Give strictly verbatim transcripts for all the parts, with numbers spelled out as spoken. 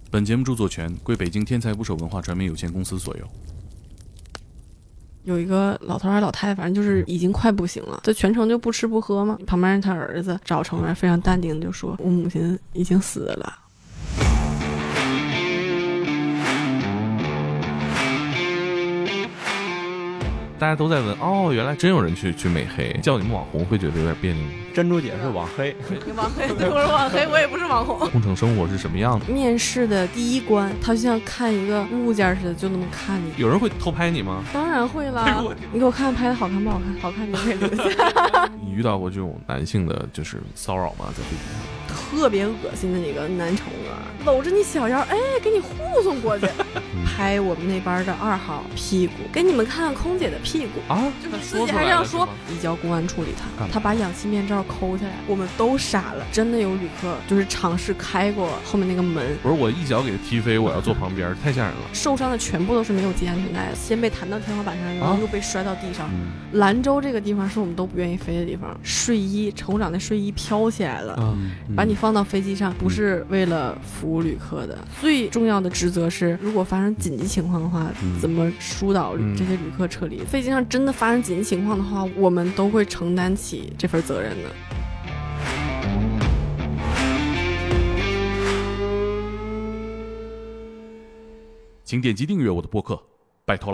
本节目著作权归北京天才捕手文化传媒有限公司所有。 有一个老头还是老太太，反正就是已经快不行了，这全程就不吃不喝嘛。旁边他儿子赵成元非常淡定的就说：“我母亲已经死了。” 大家都在问哦，原来真有人去去美黑，叫你们网红会觉得有点别扭吗？ 珍珠姐是网黑， 网黑，对，我是网黑，我也不是网红。 空乘生活是什么样的？ 面试的第一关，他就像看一个物件似的，就那么看你。 有人会偷拍你吗？ 当然会啦。你给我看拍的好看不好看？好看你可以留下。 你遇到过这种男性的就是骚扰吗？在飞机上？ 特别恶心的那个男乘员，搂着你小腰，哎，给你护送过去，拍我们那班的二号屁股，给你们看空姐的屁股啊， 就是自己还这样说，移交公安处理他，他把氧气面罩抠下来，我们都傻了。真的有旅客就是尝试开过后面那个门， 不是我一脚给他踢飞，我要坐旁边，太吓人了。 受伤的全部都是没有系安全带的，先被弹到天花板上，然后又被摔到地上。 啊嗯、 兰州这个地方是我们都不愿意飞的地方，睡衣乘务长的睡衣飘起来了，嗯嗯、把你放到飞机上不是为了服务旅客的，最重要的职责是如果发生紧急情况的话、嗯、怎么疏导这些旅客撤离、嗯、飞机上真的发生紧急情况的话，我们都会承担起这份责任的。 请点击订阅我的播客，拜托了。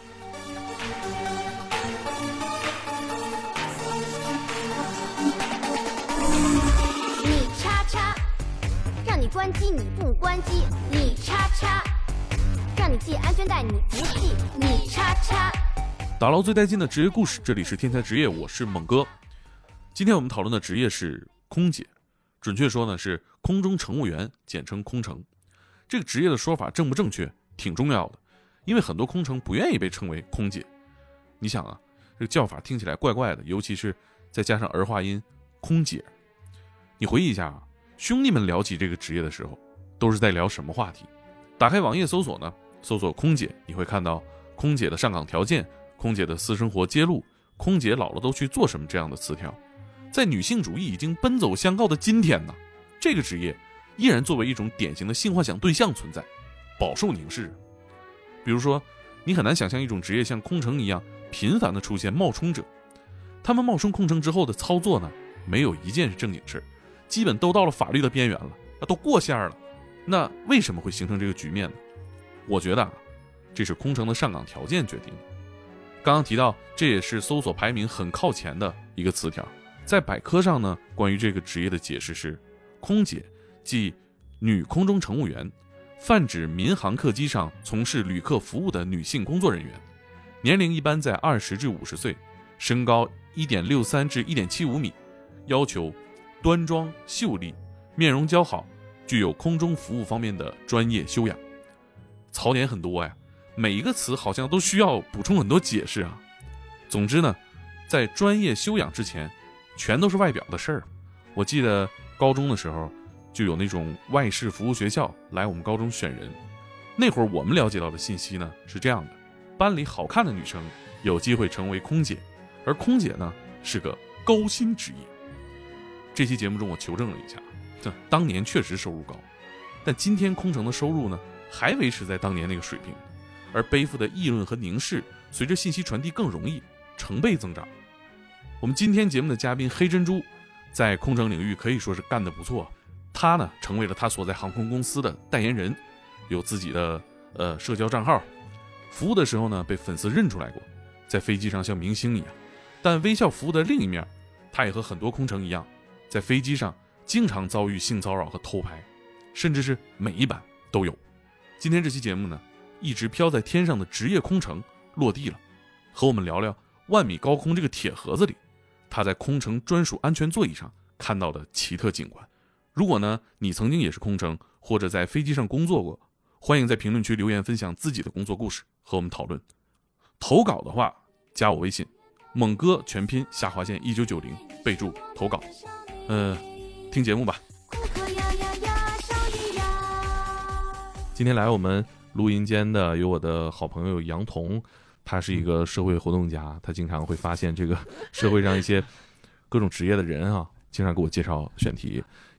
你关机你不关机，你叉叉，让你系安全带你不系，你叉叉。 打捞最带劲的职业故事，这里是天才职业，我是猛哥。今天我们讨论的职业是空姐，准确说呢是空中乘务员，简称空乘。这个职业的说法正不正确挺重要的，因为很多空乘不愿意被称为空姐。你想啊，这个叫法听起来怪怪的，尤其是再加上儿化音空姐。你回忆一下啊，兄弟们聊起这个职业的时候都是在聊什么话题？打开网页搜索呢，搜索空姐，你会看到空姐的上岗条件、空姐的私生活揭露、空姐老了都去做什么这样的词条。在女性主义已经奔走相告的今天呢，这个职业依然作为一种典型的性幻想对象存在，饱受凝视。比如说，你很难想象一种职业像空乘一样频繁地出现冒充者，他们冒充空乘之后的操作呢，没有一件是正经事，基本都到了法律的边缘了，都过线了。那为什么会形成这个局面呢？我觉得啊，这是空乘的上岗条件决定的。刚刚提到，这也是搜索排名很靠前的一个词条。在百科上呢，关于这个职业的解释是：空姐即女空中乘务员，泛指民航客机上从事旅客服务的女性工作人员，年龄一般在二十至五十岁，身高 一点六三 至 一点七五米，要求端庄秀丽，面容姣好，具有空中服务方面的专业修养。槽点很多呀，每一个词好像都需要补充很多解释啊。总之呢，在专业修养之前，全都是外表的事儿。我记得高中的时候，就有那种外事服务学校来我们高中选人。那会儿我们了解到的信息呢是这样的：班里好看的女生有机会成为空姐，而空姐呢是个高薪职业。这期节目中我求证了一下，这当年确实收入高，但今天空乘的收入呢还维持在当年那个水平，而背负的议论和凝视随着信息传递更容易，成倍增长。我们今天节目的嘉宾黑珍珠在空乘领域可以说是干得不错，他呢成为了他所在航空公司的代言人，有自己的呃社交账号，服务的时候呢被粉丝认出来过，在飞机上像明星一样。但微笑服务的另一面，他也和很多空乘一样，在飞机上经常遭遇性骚扰和偷拍，甚至是每一班都有。今天这期节目呢，一直飘在天上的职业空乘落地了，和我们聊聊万米高空这个铁盒子里，他在空乘专属安全座椅上看到的奇特景观。如果呢你曾经也是空乘，或者在飞机上工作过，欢迎在评论区留言分享自己的工作故事和我们讨论。投稿的话加我微信猛哥全拼下划线一九九零，备注投稿。呃听节目吧。今天来我们录音间的有我的好朋友杨彤，他是一个社会活动家，他经常会发现这个社会上一些各种职业的人啊，经常给我介绍选题。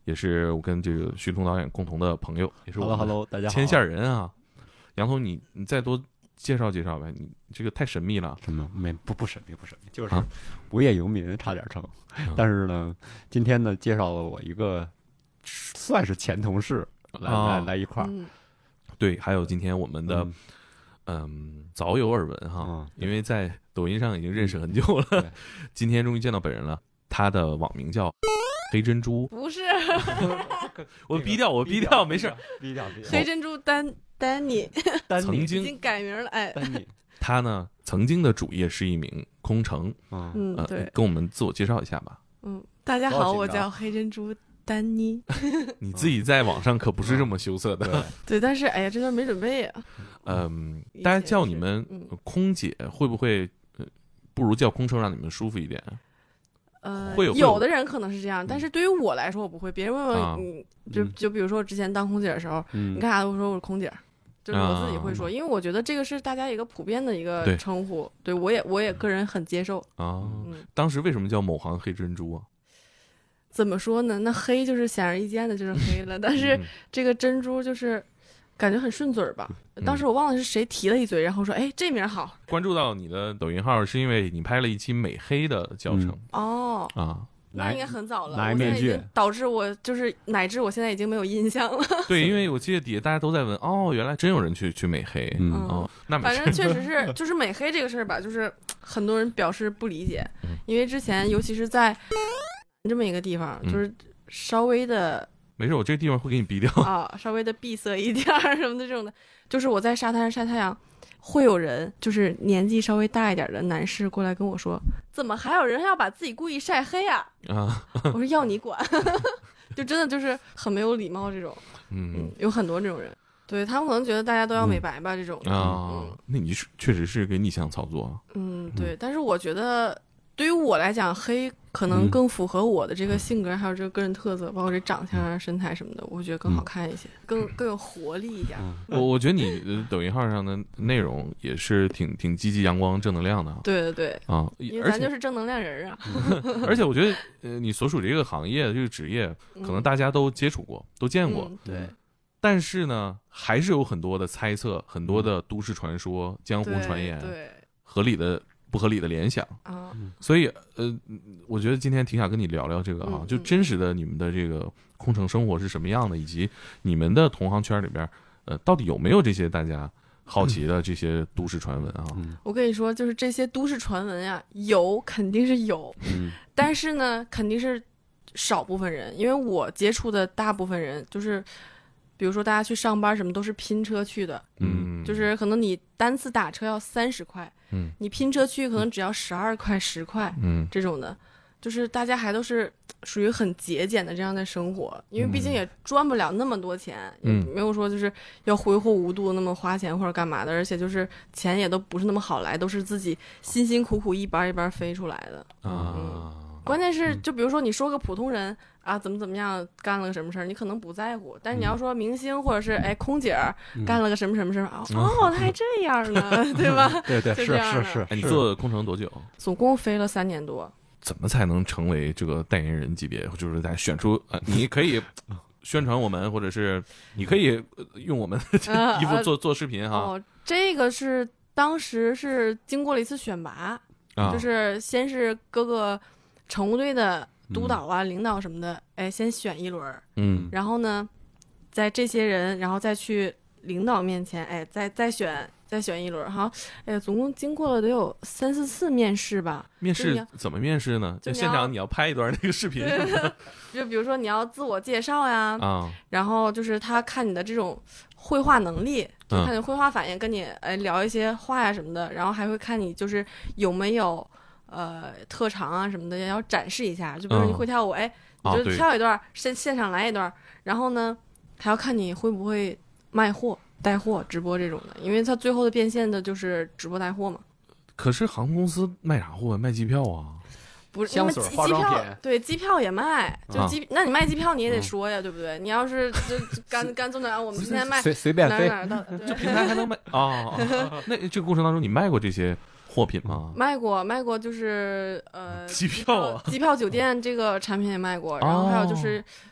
也是我跟这个徐彤导演共同的朋友，也是我们 Hello Hello， 大家好， 牵线人啊。杨彤，你你再多介绍介绍呗，你这个太神秘了。 什么没不不神秘不神秘，就是无业游民差点成。啊、但是呢，今天呢介绍了我一个算是前同事来、啊、来来一块儿、嗯。 对，还有今天我们的。嗯嗯，早有耳闻哈、嗯，因为在抖音上已经认识很久了，今天终于见到本人了。他的网名叫黑珍珠， 不是， 我逼掉，我逼掉，没事， 逼掉，逼掉。 黑珍珠丹丹尼， 曾经已经改名了，哎， 丹尼。 他呢，曾经的主业是一名空乘， 嗯，呃、对， 跟我们自我介绍一下吧。 嗯，大家好，我叫黑珍珠。丹妮， 你自己在网上可不是这么羞涩的， 对, 对，但是哎呀，真的没准备啊。 嗯，大家叫你们空姐会不会，呃、不如叫空乘让你们舒服一点？ 呃， 会有有的人可能是这样，但是对于我来说，我不会。别人问问， 啊、 嗯，就就比如说我之前当空姐的时候，嗯、你干啥都说我是空姐，就是我自己会说，啊、因为我觉得这个是大家一个普遍的一个称呼，对, 对我也我也个人很接受啊、嗯。当时为什么叫某行黑珍珠啊？ 怎么说呢？那黑就是显而易见的，就是黑了。但是这个珍珠就是感觉很顺嘴吧。嗯、当时我忘了是谁提了一嘴，然后说：“哎，这名好。” 关注到你的抖音号是因为你拍了一期美黑的教程、 嗯、哦啊， 那应该很早了。 拿面具导致我就是乃至我现在已经没有印象了。 对，因为我记得底下大家都在问，哦，原来真有人去去美黑。嗯哦，那反正确实是就是美黑这个事儿吧，就是很多人表示不理解，嗯、因为之前尤其是在。这么一个地方，就是稍微的、嗯、 没事，我这个地方会给你逼掉啊，稍微的闭塞一点什么的这种的。就是我在沙滩上晒太阳，会有人就是年纪稍微大一点的男士过来跟我说：“怎么还有人要把自己故意晒黑啊？”啊，我说要你管，就真的就是很没有礼貌这种。嗯，嗯有很多这种人，对他们可能觉得大家都要美白吧，嗯、这种啊、嗯，那你确实是个逆向操作。 嗯，对，但是我觉得。对于我来讲，黑可能更符合我的这个性格，嗯、还有这个个人特色，包括这长相啊、身材什么的，我会觉得更好看一些，嗯、更更有活力一点。 嗯、我我觉得你抖音号上的内容也是挺挺积极、阳光、正能量的。 对对对， 啊， 因为咱就是正能量人啊。 而且我觉得，呃，你所属这个行业、这个职业，可能大家都接触过、嗯、都见过。 嗯、对。 但是呢，还是有很多的猜测，很多的都市传说、江湖传言， 对， 合理的。不合理的联想啊，所以呃，我觉得今天挺想跟你聊聊这个啊， 嗯、 就真实的你们的这个空乘生活是什么样的，以及你们的同行圈里边，呃，到底有没有这些大家好奇的这些都市传闻啊？ 嗯、我跟你说，就是这些都市传闻呀，有肯定是有，嗯、但是呢，肯定是少部分人，因为我接触的大部分人就是。比如说大家去上班什么都是拼车去的，嗯，就是可能你单次打车要三十块，嗯，你拼车去可能只要十二块、十块，嗯，这种的，就是大家还都是属于很节俭的这样的生活，因为毕竟也赚不了那么多钱，嗯，没有说就是要挥霍无度那么花钱或者干嘛的，而且就是钱也都不是那么好来，都是自己辛辛苦苦一班一班飞出来的啊。嗯关键是，就比如说你说个普通人啊，怎么怎么样干了个什么事儿，你可能不在乎，但是你要说明星或者是哎空姐儿干了个什么什么事儿，哦，他还这样呢，对吧？ 对对，是是是。 哎，你做空乘多久？ 总共飞了三年多。 怎么才能成为这个代言人级别？就是在选出呃，你可以宣传我们，或者是你可以用我们的衣服做做视频哈。 哦，这个是当时是经过了一次选拔，就是先是各个。乘务队的督导啊、嗯、领导什么的，哎，先选一轮，嗯，然后呢，在这些人，然后再去领导面前，哎，再再选，再选一轮，好，哎呀，总共经过了得有三四次面试吧。 面试怎么面试呢？就现场你要拍一段那个视频， 就比如说你要自我介绍呀，啊，然后就是他看你的这种绘画能力，就看你绘画反应，跟你哎聊一些话呀什么的，然后还会看你就是有没有。呃，特长啊什么的要展示一下，就比如你会跳舞，哎、嗯，你就跳一段，现、啊、现场来一段，然后呢，还要看你会不会卖货、带货、直播这种的，因为它最后的变现的就是直播带货嘛。 可是航空公司卖啥货？卖机票啊？ 不是， 香水、化妆品， 对，机票也卖，就机，啊、那你卖机票你也得说呀，嗯、对不对？你要是就干干做哪，我们今天卖随随便飞， 哪哪这平台还能卖啊？那这个过程当中你卖过这些？货品吗？ 卖过，卖过，就是呃， 机票啊， 机票酒店这个产品也卖过，然后还有就是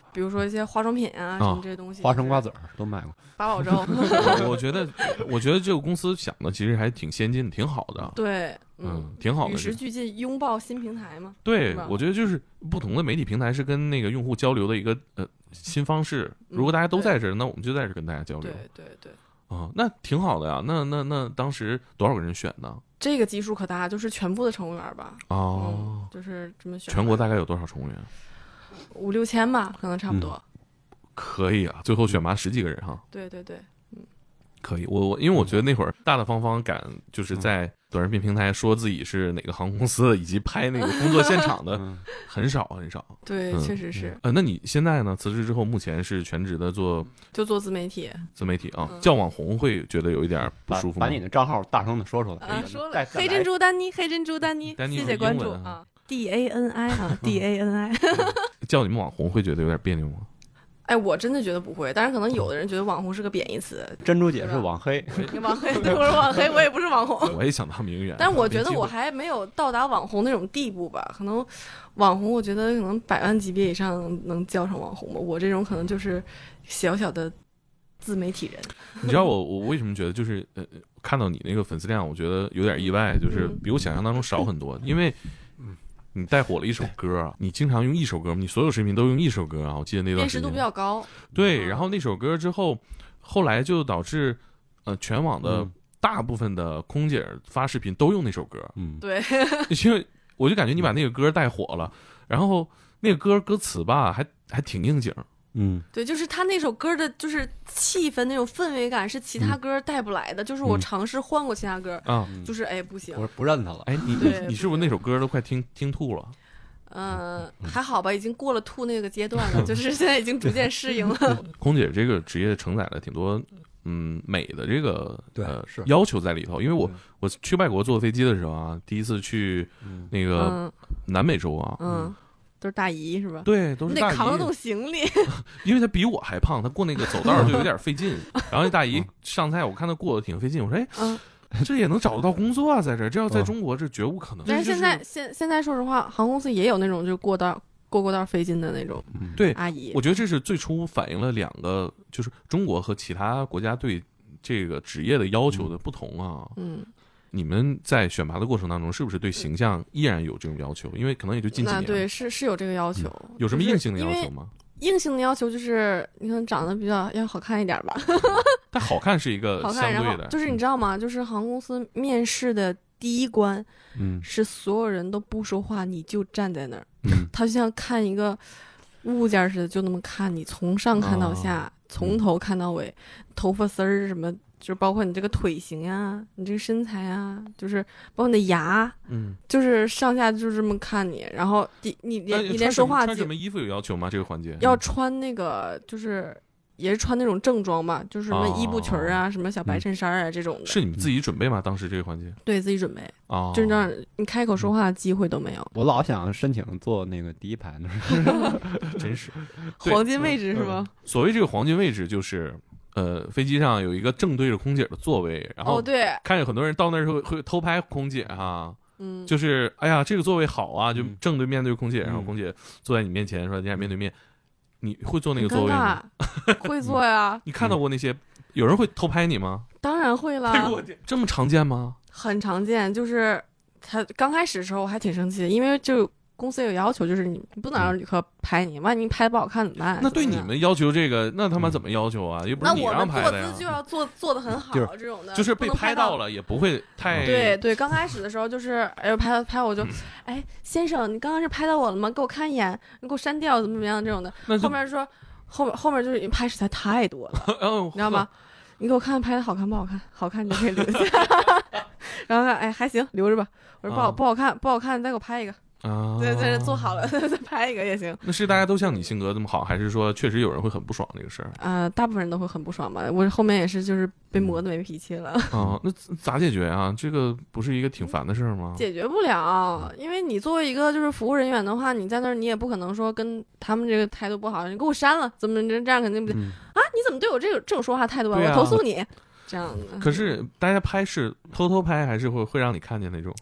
比如说一些化妆品啊、哦、什么这些东西， 花生瓜子儿都卖过， 八宝粥。 我觉得，我觉得这个公司想的其实还挺先进的，挺好的。 对， 嗯，嗯挺好的。 与时俱进，拥抱新平台嘛。 对，我觉得就是不同的媒体平台是跟那个用户交流的一个呃新方式。如果大家都在这儿、嗯，那我们就在这儿跟大家交流。 对对对。 啊、哦，那挺好的呀。那那那当时多少个人选呢？ 这个基数可大，就是全部的乘务员吧。 哦、 嗯，就是这么选。 全国大概有多少乘务员？ 五六千吧，可能差不多。 嗯、可以啊，最后选拔十几个人哈。 对对对，嗯， 可以。我我因为我觉得那会儿大大方方敢就是在短视频平台说自己是哪个航空公司的，以及拍那个工作现场的，很少很少。 对， 嗯、 确实是。 呃，那你现在呢？辞职之后，目前是全职的做， 就做自媒体。 自媒体啊，嗯、叫网红会觉得有一点不舒服吗？ 把, 把你的账号大声的说出来。 啊，说了。黑珍珠丹妮，黑珍珠丹妮，谢谢关注啊。D A N I 啊 ，D A N I。 叫你们网红会觉得有点别扭吗？ 哎，我真的觉得不会，但是可能有的人觉得网红是个贬义词。 珍珠姐是网黑， 网黑，对，我是网黑，我也不是网红。 我也想当名媛， 但是我觉得我还没有到达网红那种地步吧。可能网红，我觉得可能百万级别以上能叫上网红吧。我这种可能就是小小的自媒体人。 你知道我我为什么觉得就是呃看到你那个粉丝量，我觉得有点意外，就是比我想象当中少很多，因为。你带火了一首歌啊！你经常用一首歌，你所有视频都用一首歌啊！我记得那段时间辨识度比较高。对， 然后那首歌之后，后来就导致呃全网的大部分的空姐发视频都用那首歌。 嗯， 对， 因为我就感觉你把那个歌带火了，然后那个歌歌词吧，还还挺应景。 嗯， 对，就是他那首歌的，就是气氛那种氛围感是其他歌带不来的。嗯、就是我尝试换过其他歌，啊、嗯，就是哎不行， 我不认他了。 哎，你你你是不是那首歌都快听听吐了？ 嗯、呃，还好吧，已经过了吐那个阶段了，就是现在已经逐渐适应了。 空姐这个职业承载了挺多嗯美的这个呃是要求在里头，因为我我去外国坐飞机的时候啊，第一次去那个南美洲啊， 嗯。嗯都是大姨是吧？ 对，都是大姨。 你得扛得动行李， 因为他比我还胖，他过那个走道就有点费劲。然后那大姨上菜，我看他过得挺费劲，我说：“哎，嗯、这也能找得到工作啊，在这儿，这要在中国，这绝无可能。” 但是现在、就是、现现在说实话，航空公司也有那种就是过道过过道费劲的那种对阿姨。 我觉得这是最初反映了两个，就是中国和其他国家对这个职业的要求的不同啊。 嗯。 你们在选拔的过程当中，是不是对形象依然有这种要求？因为可能也就近几年。 对，是是有这个要求、 嗯。有什么硬性的要求吗？ 硬性的要求就是你可能长得比较要好看一点吧。 但好看是一个相对的。 好看，然后就是你知道吗？就是航空公司面试的第一关，嗯，是所有人都不说话，你就站在那儿，嗯，他就像看一个物件似的，就那么看你，从上看到下，哦、从头看到尾，嗯、头发丝儿什么。就是包括你这个腿型呀，你这个身材啊，就是包括你的牙，嗯，就是上下就这么看你，然后你你连你连说话穿什么衣服有要求吗？这个环节要穿那个就是也是穿那种正装嘛，就是什么伊布裙啊，哦、什么小白衬衫啊、嗯、这种的。 是你们自己准备吗？当时这个环节？ 对自己准备哦， 就是让你开口说话的机会都没有。 我老想申请坐那个第一排呢， 真是黄金位置是吗？ 所谓这个黄金位置就是。呃，飞机上有一个正对着空姐的座位，然后对， 看着很多人到那儿会会偷拍空姐哈，嗯，就是哎呀这个座位好啊，就正对面对空姐，嗯、然后空姐坐在你面前说你俩面对面，你会坐那个座位吗？ 会坐呀。 你看到过那些有人会偷拍你吗？ 当然会了。 这么常见吗？ 很常见，就是他刚开始的时候我还挺生气的，因为就。公司有要求，就是你不能让旅客拍你，万一拍的不好看怎么办？ 那对你们要求这个，那他妈怎么要求啊？又不是你让拍的呀。 那我们坐姿就要做做的很好，这种的就是被拍到了也不会太。 对对，刚开始的时候就是哎呦拍拍我就，哎先生你刚刚是拍到我了吗？给我看一眼，你给我删掉怎么怎么样这种的。后面说后面后面就是拍实在太多了，你知道吗？你给我看拍的好看不好看？好看你就可以留下。然后看哎还行留着吧。我说不好不好看不好看再给我拍一个。 啊， 对对，做好了再拍一个也行。 那是大家都像你性格这么好，还是说确实有人会很不爽这个事儿？ 呃，大部分人都会很不爽吧。我后面也是，就是被磨得没脾气了。 啊，那咋解决啊？这个不是一个挺烦的事儿吗？ 解决不了，因为你作为一个就是服务人员的话，你在那儿你也不可能说跟他们这个态度不好，你给我删了，怎么这样肯定不对、嗯、啊？你怎么对我这个这种说话态度啊？我投诉你。这样的。 可是大家拍是偷偷拍，还是会会让你看见那种？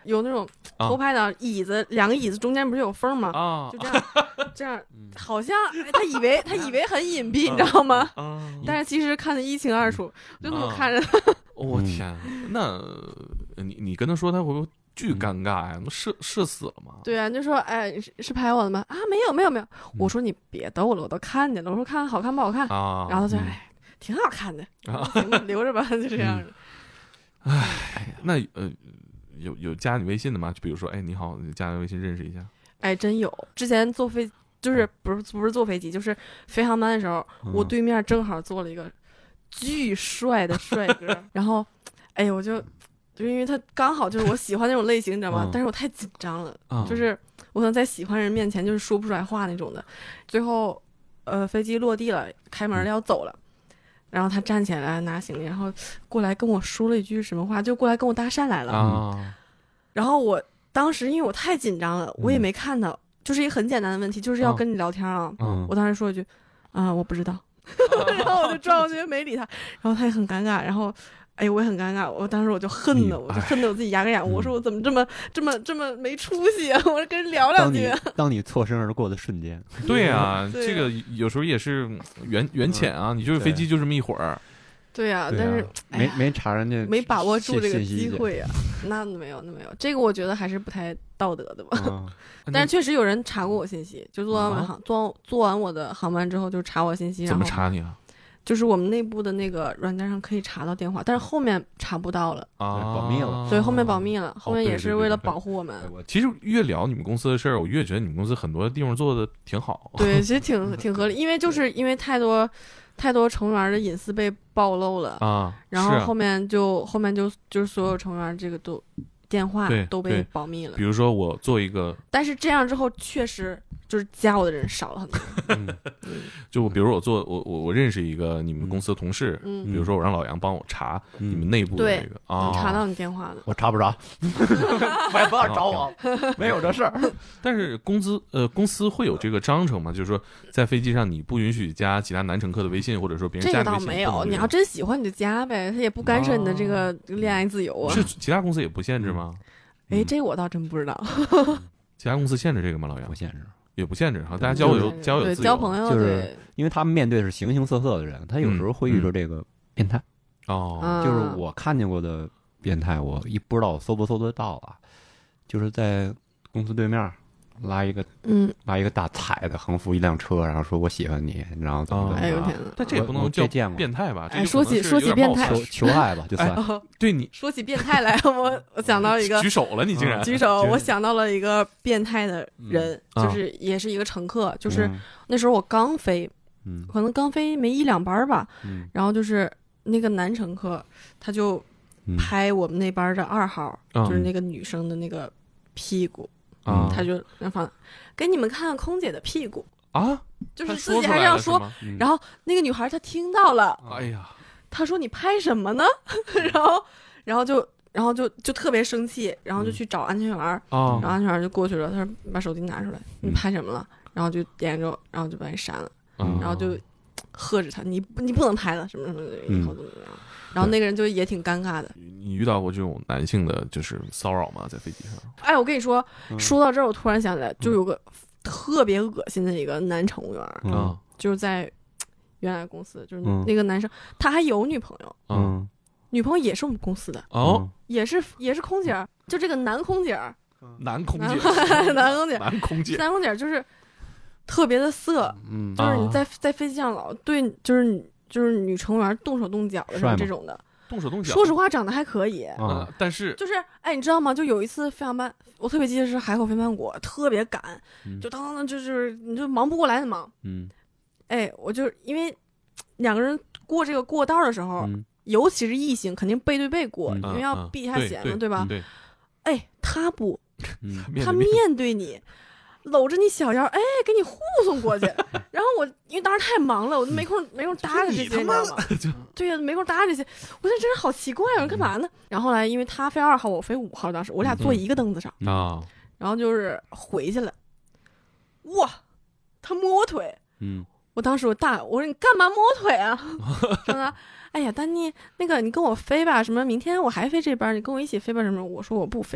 有那种偷拍的椅子，两个椅子中间不是有缝吗？ 啊， 就这样这样，好像哎他以为他以为很隐蔽，你知道吗？但是其实看得一清二楚，就那么看着。 我天，那你你跟他说，他会不会巨尴尬呀？那射射死了吗？ 对啊，就说哎是是拍我的吗？啊没有没有没有，我说你别逗了，我都看见了，我说看好看不好看啊？然后他就哎挺好看的，行吧留着吧，就这样的。 哎，那呃有有加你微信的吗？就比如说哎你好，加你微信认识一下。 哎真有，之前坐飞就是不是不是坐飞机，就是飞航班的时候，我对面正好坐了一个巨帅的帅哥，然后，哎，我就就因为他刚好就是我喜欢那种类型，你知道吗？嗯、但是我太紧张了，嗯、就是我可能在喜欢人面前就是说不出来话那种的。最后，呃，飞机落地了，开门了要走了，然后他站起来拿行李，然后过来跟我说了一句什么话，就过来跟我搭讪来了。 啊、 然后我当时因为我太紧张了，我也没看到，嗯、就是一个很简单的问题，就是要跟你聊天啊。嗯、我当时说一句，啊、呃，我不知道。然后我就转过去没理他，然后他也很尴尬，然后哎我也很尴尬，我当时我就恨的，我就恨得我自己牙根痒，我说我怎么这么这么这么没出息啊！我跟人聊两句。 当你当你错身而过的瞬间， 对啊，这个有时候也是缘缘浅啊，你就是飞机就这么一会儿。 对呀、啊，但是没没查人家， 没把握住这个机会啊，那没有那没有，这个我觉得还是不太道德的吧。嗯、但是确实有人查过我信息，就做完航做做完我的航班之后就查我信息。 怎么查你啊？ 就是我们内部的那个软件上可以查到电话，但是后面查不到了啊，保密了。 对，后面保密了，后面也是为了保护我们。 哦、对对对对其实越聊你们公司的事儿，我越觉得你们公司很多地方做的挺好。 对，其实挺挺合理，因为就是因为太多。太多成员的隐私被暴露了啊， 然后后面就后面就就是所有成员这个都电话都被保密了。 比如说我做一个， 但是这样之后确实就是加我的人少了很多。 嗯、就比如我做我我我认识一个你们公司的同事，嗯、比如说我让老杨帮我查你们内部的这个， 嗯、 啊， 能查到你电话的， 我查不着，不要不要找我，没有这事儿。 但是公司呃公司会有这个章程吗？就是说在飞机上你不允许加其他男乘客的微信，或者说别人加你微信。 这个倒没有，你要真喜欢你就加呗，他也不干涉你的这个恋爱自由啊。 是其他公司也不限制吗？ 哎，这我倒真不知道。 其他公司限制这个吗？老杨不限制， 也不限制哈，大家交友交友自由， 交朋友， 就是因为他们面对的是形形色色的人，他有时候会遇到这个变态。 哦， 就是我看见过的变态，我一不知道我搜不搜得到啊，就是在公司对面拉一个嗯拉一个大彩的横幅一辆车，然后说我喜欢你，然后怎么怎么哎呦天哪， 但这也不能叫变态吧？ 哎，说起说起变态， 求求爱吧，就算。 哎、 对你说起变态来，我我想到一个举手了，你竟然举手，我想到了一个变态的人，嗯、就是也是一个乘客，就是那时候我刚飞，嗯，可能刚飞没一两班吧，嗯，然后就是那个男乘客他就拍我们那班的二号，嗯、就是那个女生的那个屁股。嗯，他就那放，给你们看看空姐的屁股啊， 就是自己还是要说， 嗯、 然后那个女孩她听到了， 哎呀， 她说你拍什么呢？然后，然后就，然后就就特别生气，然后就去找安全员， 嗯、 然后安全员就过去了，他说把手机拿出来，你拍什么了？然后就点着，然后就把你删了， 嗯、 然后就呵着他，你你不能拍了，什么什么的，以后怎么怎么样。然后那个人就也挺尴尬的。 你遇到过这种男性的就是骚扰吗？在飞机上？ 哎，我跟你说，嗯、说到这儿，我突然想起来，就有个特别恶心的一个男乘务员， 嗯， 就是在原来公司，就是那个男生，嗯、他还有女朋友， 嗯， 女朋友也是我们公司的， 哦， 也是也是空姐，就这个男空姐， 男空姐， 男空姐， 男空姐， 男空姐就是特别的色，嗯，就是你在在飞机上老对，就是你。就是女乘员动手动脚的这种的， 动手动脚。 说实话，长得还可以， 嗯，但是就是哎，你知道吗？就有一次飞航班，我特别记得是海口飞曼谷，特别赶，嗯、就当当当，就是你就忙不过来的忙， 嗯， 哎，我就因为两个人过这个过道的时候，嗯、尤其是异性，肯定背对背过， 嗯、 因为要避一下嫌嘛， 嗯、 对吧？ 对， 哎，他不， 嗯、 他面对你。搂着你小腰，哎，给你护送过去。然后我因为当时太忙了，我都没空没空搭理这些，你知道吗？对呀，没空搭理这些。我说真是好奇怪啊，干嘛呢？然后后来因为他飞二号，我飞五号，当时我俩坐一个凳子上啊。 然后就是回去了，哇，他摸我腿， 嗯， 我当时我大我说你干嘛摸我腿啊？说他，哎呀，丹妮，那个你跟我飞吧，什么明天我还飞这班，你跟我一起飞吧什么？我说我不飞了。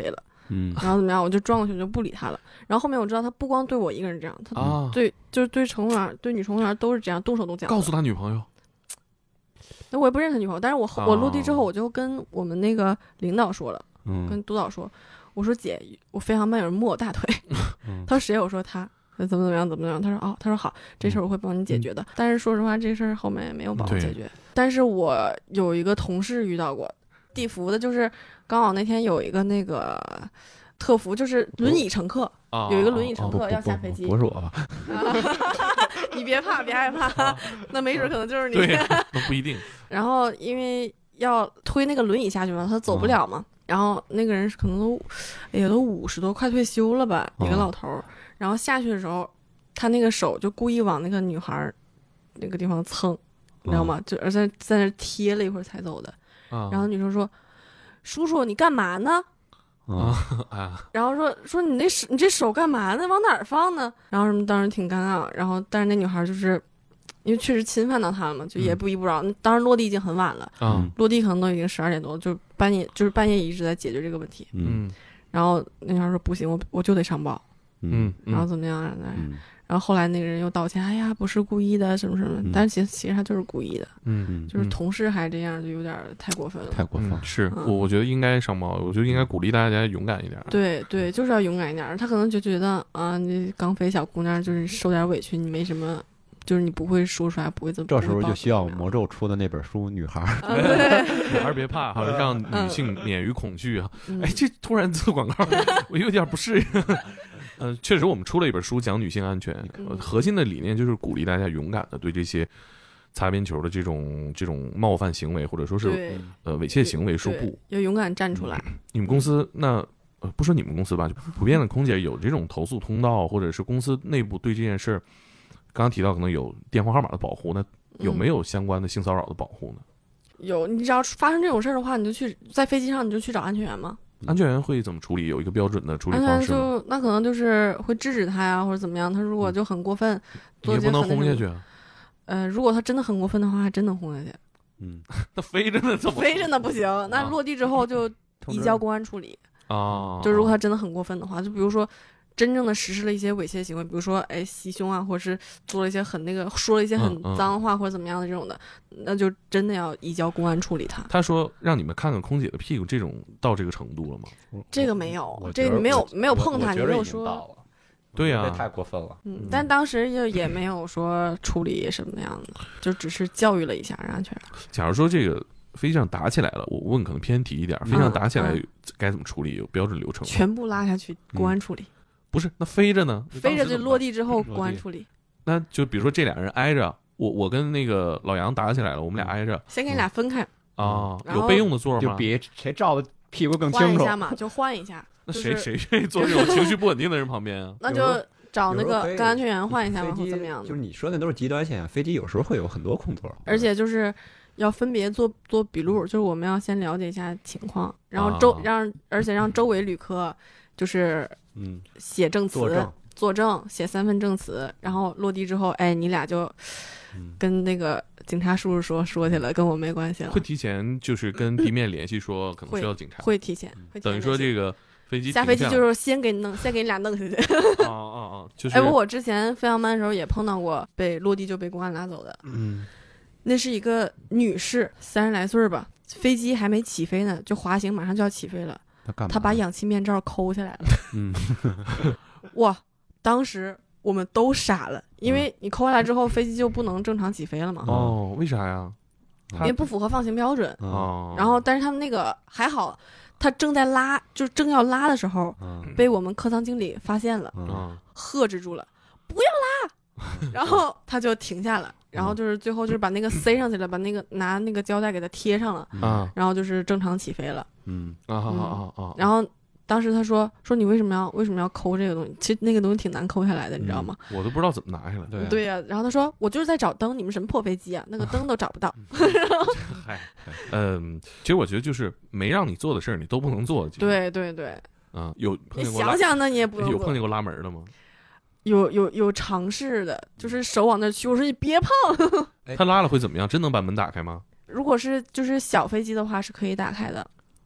嗯， 然后怎么样，我就转过去，我就不理他了。然后后面我知道他不光对我一个人这样，他对、啊、就是对乘务员、对女乘务员都是这样，动手动脚。 告诉他女朋友。 那我也不认识女朋友，但是我、哦、我落地之后，我就跟我们那个领导说了，嗯、跟督导说，我说姐，我飞航班有人摸我大腿。嗯、他说谁？我说他。怎么怎么样怎么怎么样？他说哦，他说好，这事儿我会帮你解决的。嗯、但是说实话，这事儿后面也没有帮我解决。但是我有一个同事遇到过，地服的，就是刚好那天有一个那个特服，就是轮椅乘客，哦、有一个轮椅乘客要下飞机。 不是我吧？ 你别怕，别害怕，那没准可能就是你。 对，那不一定。 然后因为要推那个轮椅下去嘛，他走不了嘛。哦、然后那个人可能都，哎呀，都五十多，快退休了吧，一个老头儿。哦，然后下去的时候，他那个手就故意往那个女孩那个地方蹭，你知道吗？嗯、就而且在那贴了一会儿才走的。嗯、然后女生说：“叔叔，你干嘛呢？” 啊啊！ 然后说说你那手你这手干嘛呢？往哪儿放呢？然后什么当时挺尴尬。然后但是那女孩就是因为确实侵犯到他了嘛，就也不依不饶。嗯、当时落地已经很晚了，嗯、落地可能都已经十二点多了，就半夜就是半夜一直在解决这个问题。 嗯。 然后那女孩说：“不行，我我就得上报。” 嗯， 然后怎么样？嗯、然后后来那个人又道歉，哎呀，不是故意的，什么什么。嗯、但是其实其实他就是故意的， 嗯， 就是同事还这样，就有点太过分了， 太过分了。 嗯、是、嗯、我我觉得应该上报，我觉得应该鼓励大家勇敢一点。 对对，就是要勇敢一点。他可能就觉得啊，你刚飞小姑娘，就是受点委屈，你没什么。就是你不会说出来，不会这么。 这时候就需要魔咒出的那本书《女孩》。 对， 女孩别怕，好像让女性免于恐惧啊！嗯、哎，这突然做广告，我有点不适应。嗯、呃，确实，我们出了一本书讲女性安全，呃、核心的理念就是鼓励大家勇敢的对这些擦边球的这种这种冒犯行为，或者说是呃猥亵行为说不， 要勇敢站出来。 嗯、你们公司那呃不说你们公司吧，就普遍的空姐有这种投诉通道，或者是公司内部对这件事儿。刚刚提到可能有电话号码的保护，那有没有相关的性骚扰的保护呢？ 嗯、有，你只要发生这种事儿的话，你就去在飞机上你就去找安全员嘛。 安全员会怎么处理？有一个标准的处理方式吗？ 安全员就那可能就是会制止他呀，或者怎么样。他如果就很过分，嗯、 你也不能轰下去啊。 呃，如果他真的很过分的话，还真能轰下去。 嗯，那飞着呢怎么？ 飞着呢不行，那落地之后就移交公安处理啊。就如果他真的很过分的话，就比如说。真正的实施了一些猥亵行为，比如说哎袭胸啊，或者是做了一些很那个说了一些很脏话或者怎么样的这种的，嗯嗯、那就真的要移交公安处理他。 他说让你们看看空姐的屁股，这种到这个程度了吗？ 这个没有，这个你没有没有碰他，你没有说。 对呀、啊， 太过分了。 嗯，但当时就也没有说处理什么样的，就只是教育了一下安全。 假如说这个飞机上打起来了，我问可能偏题一点，飞机上打起来该怎么处理？有标准流程吗？ 全部拉下去，公安处理。嗯不是，那飞着呢？ 飞着就落地之后公安处理。 那就比如说这俩人挨着，我我跟那个老杨打起来了，我们俩挨着， 先给你俩分开啊、嗯。有备用的座吗？ 就比谁照的屁股更清楚。 换一下嘛，就换一下。 那谁谁愿意坐这种情绪不稳定的人旁边啊？ 那就找那个跟安全员换一下嘛，或怎么样的？ 就是你说的都是极端现象，飞机有时候会有很多空座， 而且就是要分别做做笔录，就是我们要先了解一下情况，然后周、啊、让而且让周围旅客就是嗯写证词。作证写三份证词，然后落地之后，哎，你俩就跟那个警察叔叔说说去了，跟我没关系了。 会提前就是跟地面联系说，可能需要警察。 会提前，会提前等于说这个飞机下飞机就是先给你弄，先给你俩弄下去。 哦哦哦，就是。 哎，我之前飞航班的时候也碰到过被落地就被公安拉走的。 嗯， 那是一个女士，三十来岁吧，飞机还没起飞呢，就滑行马上就要起飞了。 她干嘛？ 她把氧气面罩抠下来了。 嗯， 哇。当时我们都傻了，因为你抠下来之后，飞机就不能正常起飞了嘛。 哦，为啥呀？ 因为不符合放行标准。 哦。 然后，但是他们那个还好，他正在拉，就正要拉的时候， 嗯、 被我们客舱经理发现了， 嗯、 喝止住了，不要拉。然后他就停下了，然后就是最后就是把那个塞上去了，把那个拿那个胶带给它贴上了， 嗯、 然后就是正常起飞了。 嗯啊啊啊啊！ 然后。当时他说说你为什么要为什么要抠这个东西？其实那个东西挺难抠下来的，你知道吗？ 嗯、我都不知道怎么拿下来。 对对呀、啊，然后他说我就是在找灯，你们什么破飞机啊？那个灯都找不到。 嗨，嗯，其实我觉得就是没让你做的事儿，你都不能做。 对对对。 啊，有你想想呢，你也不能有碰见过拉门的吗？ 有有有尝试的，就是手往那去，我说你别碰。 他拉了会怎么样？真能把门打开吗？ 如果是就是小飞机的话，是可以打开的。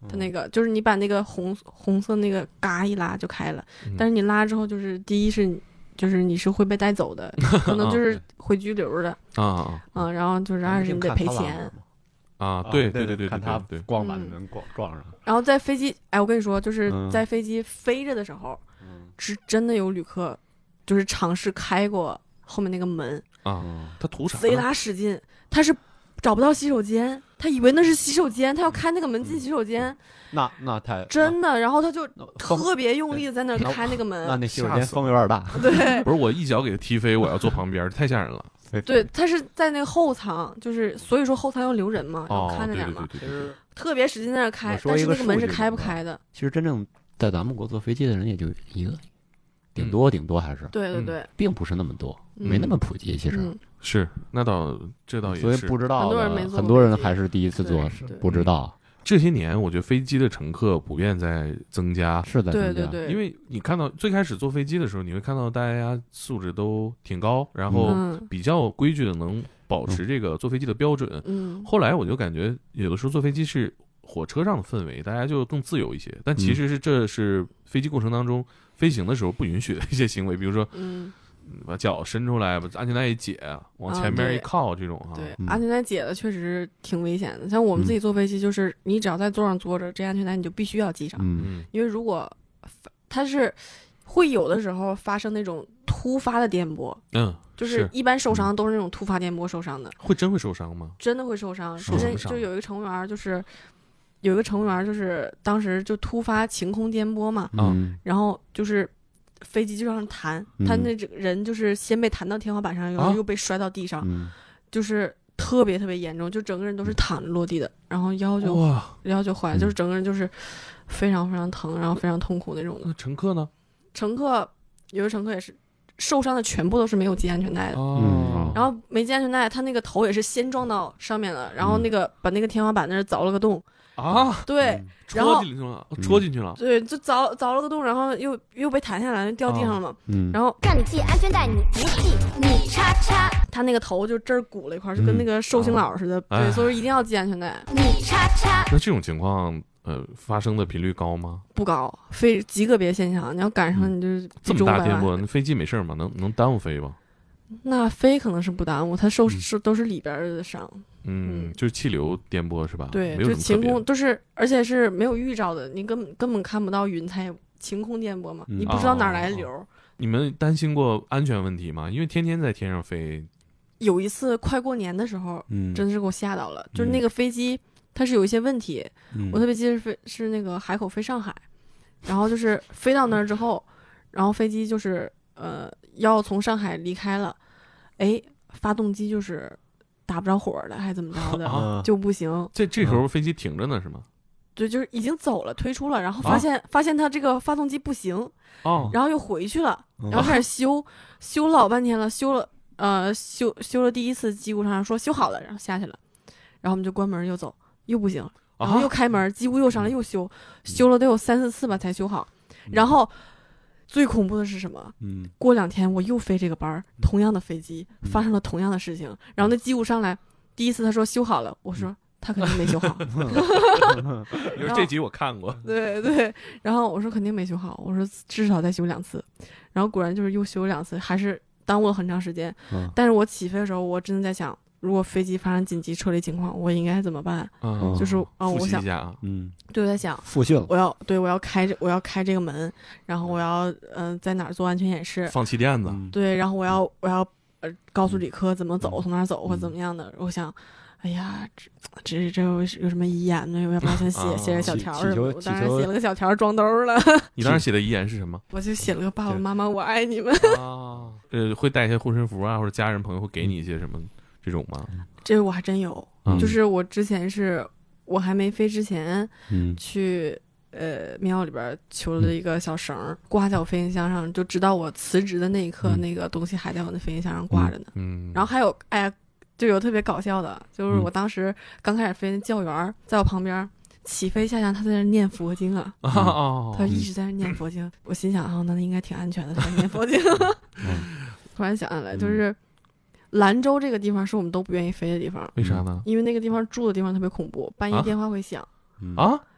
它那个就是你把那个红红色那个嘎一拉就开了，嗯、但是你拉之后就是第一是就是你是会被带走的，可能就是会拘留的啊啊，然后就是二是你得赔钱。 啊，对对对对， 看他对光把能撞撞上。 然后在飞机，哎，我跟你说，就是在飞机飞着的时候，是真的有旅客，就是尝试开过后面那个门啊，他图啥？ 贼拉使劲，他是找不到洗手间，他以为那是洗手间，他要开那个门进洗手间。 那那太真的，然后他就特别用力的在那开那个门。 那那洗手间风有点大。 对， 不是我一脚给他踢飞，我要坐旁边，太吓人了。 对，他是在那个后舱，就是所以说后舱要留人嘛， 哦、 要看着点嘛， 对对对对对， 特别使劲在那开，但是那个门是开不开的。 其实真正在咱们国坐飞机的人也就一个，顶多顶多还是。 对对对， 并不是那么多，没那么普及。其实、 嗯、 是，那倒这倒也是， 所以不知道很多人没坐过， 很多人还是第一次坐，不知道。 这些年，我觉得飞机的乘客普遍在增加， 是在增加。 对对对， 因为你看到最开始坐飞机的时候，你会看到大家素质都挺高，然后比较规矩的能保持这个坐飞机的标准。 嗯， 后来我就感觉有的时候坐飞机是火车上的氛围，大家就更自由一些，但其实是这是飞机过程当中飞行的时候不允许的一些行为，比如说， 嗯。 把脚伸出来，把安全带一解，往前面一靠， 啊、 这种哈。 对，安全带解的确实挺危险的。像我们自己坐飞机，就是你只要在座上坐着，这安全带你就必须要系上。 嗯， 因为如果它是会有的时候发生那种突发的颠簸， 嗯， 就是一般受伤都是那种突发颠簸受伤的。 会真会受伤吗？ 真的会受伤。 受伤就有一个乘务员，就是有一个乘务员，就是当时就突发晴空颠簸嘛， 嗯， 然后就是。飞机就让人弹，他那这个人就是先被弹到天花板上，然后又被摔到地上， 嗯、 就是特别特别严重，就整个人都是躺着落地的，然后腰就腰就坏，就是整个人就是非常非常疼，然后非常痛苦那种的。 那乘客呢？ 乘客有的乘客也是受伤的，全部都是没有系安全带的， 哦、 然后没系安全带，他那个头也是先撞到上面了，然后那个、嗯、把那个天花板那儿凿了个洞。 啊， 对， 嗯、 然后戳进去了，戳进去了， 对，就凿凿了个洞，然后又又被弹下来，掉地上了嘛。 嗯， 然后让你系安全带，你不系，你叉叉。 他那个头就这儿鼓了一块，就跟那个寿星佬似的， 嗯、 对，所以一定要系安全带。 你叉叉。 那这种情况，呃，发生的频率高吗？ 不高，非极个别现象。你要赶上，你就是这么大颠簸，那飞机没事吗？能能耽误飞吧？ 那飞可能是不耽误，它受是、嗯、都是里边的伤。 嗯，就是气流颠簸是吧？ 对， 没有就晴空都是，而且是没有预兆的，你根本根本看不到云彩，晴空颠簸嘛， 嗯、 你不知道哪来流、 哦哦。你们担心过安全问题吗？因为天天在天上飞。 有一次快过年的时候， 嗯， 真是给我吓到了，就是那个飞机它是有一些问题， 嗯、 我特别记得飞是那个海口飞上海，然后就是飞到那儿之后，然后飞机就是呃要从上海离开了，哎，发动机就是打不着火了，还怎么着的、 啊、 就不行。 这这时候飞机停着呢是吗？ 对，就是已经走了，推出了，然后发现、啊、发现它这个发动机不行， 哦， 然后又回去了，然后开始修，哦、修老半天了，修了呃修修了第一次机务上说修好了，然后下去了，然后我们就关门又走，又不行，然后又开门，机务又上来又修，修了得有三四次吧才修好，然后。最恐怖的是什么？ 嗯， 过两天我又飞这个班，同样的飞机发生了同样的事情，然后那机务上来，第一次他说修好了，我说他肯定没修好。 你说这集我看过。 对对，然后我说肯定没修好，我说至少再修两次，然后果然就是又修两次，还是耽误了很长时间。 嗯、 但是我起飞的时候，我真的在想，如果飞机发生紧急撤离情况，我应该怎么办？ 嗯、 就是啊，我想， 嗯， 对，我在想复训了， 我要对我要开这我要开这个门，然后我要嗯、呃、在哪儿做安全演示， 放气垫子， 对，然后我要我要呃告诉旅客怎么走，从哪儿走或怎么样的。我想，哎呀，这这这有有什么遗言呢？要不然先写写点小条什么？我当时写了个小条装兜了。 你当时写的遗言是什么？ 我就写了个爸爸妈妈我爱你们。 啊，呃，会带一些护身符啊，或者家人朋友会给你一些什么？这种吗？ 这我还真有、嗯，就是我之前是我还没飞之前， 嗯， 去呃庙里边求了一个小绳、嗯、挂在我飞行箱上，就直到我辞职的那一刻、嗯，那个东西还在我的飞行箱上挂着呢。 嗯， 然后还有哎呀，就有特别搞笑的，就是我当时刚开始飞，教员在我旁边起飞下降，他在那念佛经啊， 哦， 他一直在那念佛经，我心想啊，那应该挺安全的，他在念佛经。突然想起来，就是。兰州这个地方是我们都不愿意飞的地方， 为啥呢？ 因为那个地方住的地方特别恐怖，半夜电话会响啊，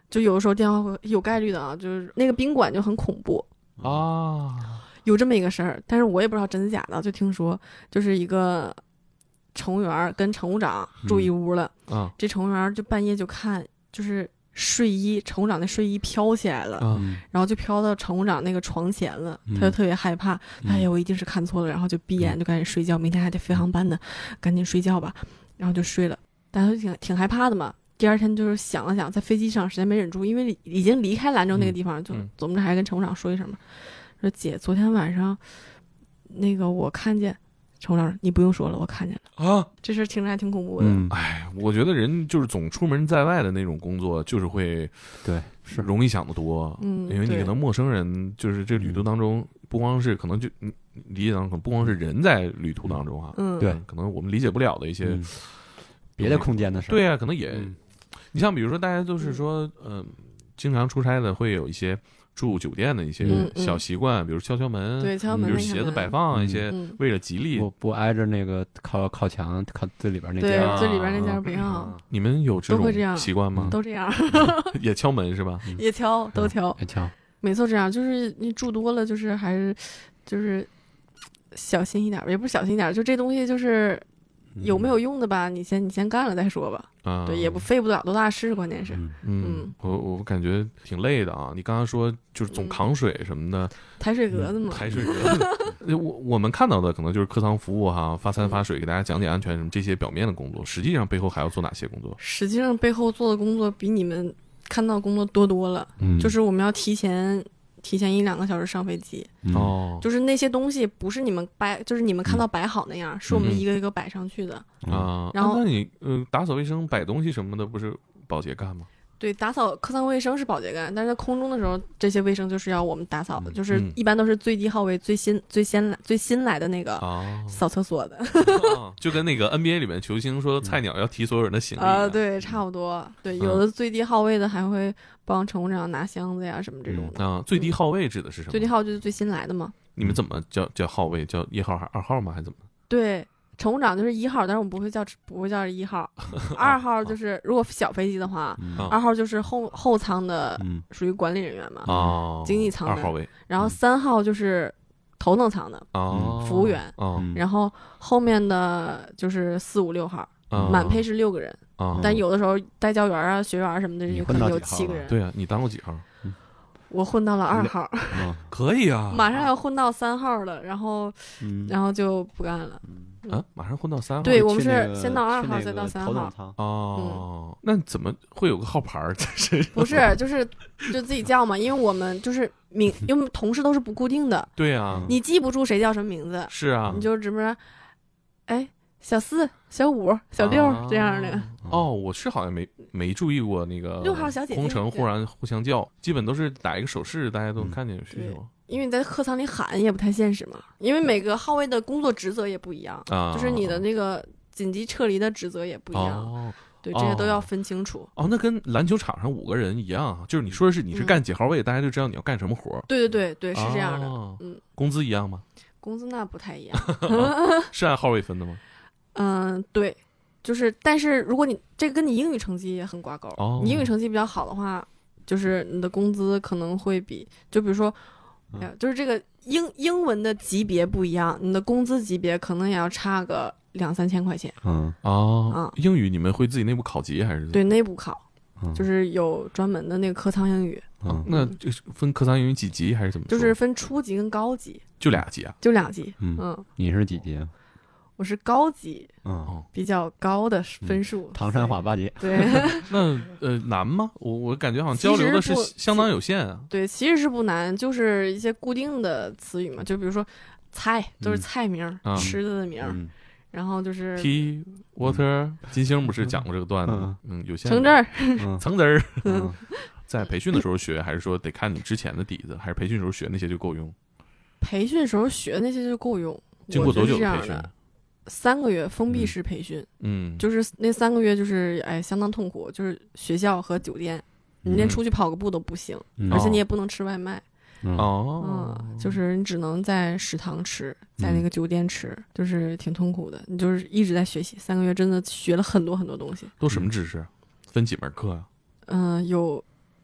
就有的时候电话会有概率的啊，就是那个宾馆就很恐怖啊， 有这么一个事儿，但是我也不知道真的假的，就听说就是一个乘务员跟乘务长住一屋了， 嗯啊、 这乘务员就半夜就看就是睡衣，乘务长那睡衣飘起来了， 嗯、 然后就飘到乘务长那个床前了， 嗯、 他就特别害怕， 嗯、 哎呀，我一定是看错了，然后就闭眼就赶紧睡觉，明天还得飞航班呢，赶紧睡觉吧，然后就睡了，但是挺挺害怕的嘛。第二天就是想了想，在飞机上实在没忍住，因为已经离开兰州那个地方， 嗯、 就总之还跟乘务长说一声嘛，说姐，昨天晚上那个我看见。乘务长，你不用说了，我看见了啊！ 这事听着还挺恐怖的。 嗯， 哎，我觉得人就是总出门在外的那种工作，就是会对是容易想得多。 嗯， 因为你可能陌生人，就是这旅途当中，不光是可能就你理解当中，可能不光是人在旅途当中啊， 嗯， 对， 可能我们理解不了的一些、 嗯、别的空间的事。 对啊，可能也， 嗯、 你像比如说大家都是说，嗯、呃，经常出差的会有一些。住酒店的一些小习惯， 嗯、 比如敲敲门， 对，敲门， 比如鞋子摆放、 嗯、 一些， 嗯、 为了吉利， 不不挨着那个靠靠墙，靠最里边那家， 对，最里边那家不要。 啊、你们有这种习惯吗？ 都这样， 也敲门是吧？ 也敲，都敲， 也敲， 没错，这样就是你住多了，就是还是就是小心一点，也不是小心一点，就这东西就是有没有用的吧？你先你先干了再说吧。 啊， 对，也不费不了多大事，关键是， 嗯，嗯我我感觉挺累的啊。你刚刚说就是总扛水什么的， 嗯、抬水格子嘛， 抬水格子。我我们看到的可能就是客舱服务哈，发餐发水，给大家讲解安全什么这些表面的工作，实际上背后还要做哪些工作？ 实际上背后做的工作比你们看到工作多多了。 嗯， 就是我们要提前。提前一两个小时上飞机哦， 就是那些东西不是你们摆，就是你们看到摆好那样，嗯、是我们一个一个摆上去的啊。嗯、然后、啊、那你呃打扫卫生、摆东西什么的，不是保洁干吗？ 对，打扫客舱卫生是保洁干，但是在空中的时候，这些卫生就是要我们打扫的， 嗯、 就是一般都是最低号位、最新、最先来、最新来的那个扫厕所的， 哦、就跟那个 N B A 里面球星说菜鸟要提所有人的行李啊、呃，对，差不多。对，有的最低号位的还会帮乘务长拿箱子呀什么这种的。 啊、嗯，最低号位指的是什么？ 最低号就是最新来的嘛。 你们怎么叫叫号位？叫一号还是二号吗？还是怎么？ 对。乘务长就是一号，但是我们不会叫不会叫一号，二号就是如果小飞机的话， 嗯、 二号就是后后舱的，属于管理人员嘛， 哦、 经济舱的二号位， 然后三号就是头等舱的， 哦、 服务员， 哦、 然后后面的就是四五六号， 哦、 满配是六个人， 哦、 但有的时候带教员啊、学员什么的，可能有七个人。 对啊，你当过几号？ 我混到了二号， 嗯、可以啊， 马上要混到三号了，然后， 嗯、 然后就不干了。 啊，马上混到三号。 对，我们是先到二号，再到三号。 哦，嗯、那怎么会有个号牌在身上？ 不是，就是就自己叫嘛，因为我们就是名，因为同事都是不固定的。 对啊， 你记不住谁叫什么名字。 是啊， 你就只么，哎，小四、小五、小六、啊、这样的。 哦，我是好像没没注意过那个六号小姐姐空乘忽然互相叫，基本都是打一个手势，大家都看见有需求。 嗯因为你在客舱里喊也不太现实嘛，因为每个号位的工作职责也不一样， 啊、 就是你的那个紧急撤离的职责也不一样， 哦、 对，这些都要分清楚。 哦，那跟篮球场上五个人一样，就是你说的是你是干几号位，嗯、大家就知道你要干什么活。 对对对对，是这样的。 哦、 嗯， 工资一样吗？ 工资那不太一样， 是按号位分的吗？ 嗯，对，就是，但是如果你这个跟你英语成绩也很挂钩， 哦、 你英语成绩比较好的话，就是你的工资可能会比，就比如说。哎呀，就是这个英英文的级别不一样，你的工资级别可能也要差个两三千块钱。 嗯哦， 嗯， 英语你们会自己内部考级还是？ 对，内部考， 嗯、 就是有专门的那个客舱英语。 嗯，那这分客舱英语几级还是怎么？ 就是分初级跟高级。 就俩级啊？ 就俩级。 嗯嗯， 你是几级？ 我是高级， 嗯， 比较高的分数。 嗯、唐山话八级。 对。 那呃难吗？我我感觉好像交流的是相当有限啊。 对，其实是不难，就是一些固定的词语嘛，就比如说菜都是菜名， 嗯、 吃的的名， 嗯、 然后就是 tea water。金星不是讲过这个段子吗？嗯，有限。 橙汁儿， 橙汁儿。嗯，在培训的时候学，还是说得看你之前的底子，还是培训时候学那些就够用？ 培训时候学那些就够用。 经过多久的培训？ 三个月封闭式培训， 嗯， 就是那三个月就是哎相当痛苦，就是学校和酒店，你连出去跑个步都不行， 嗯、 而且你也不能吃外卖， 哦， 嗯，就是你只能在食堂吃，在那个酒店吃，嗯、就是挺痛苦的。你就是一直在学习，三个月真的学了很多很多东西。 都什么知识？分几门课啊？ 嗯、呃，有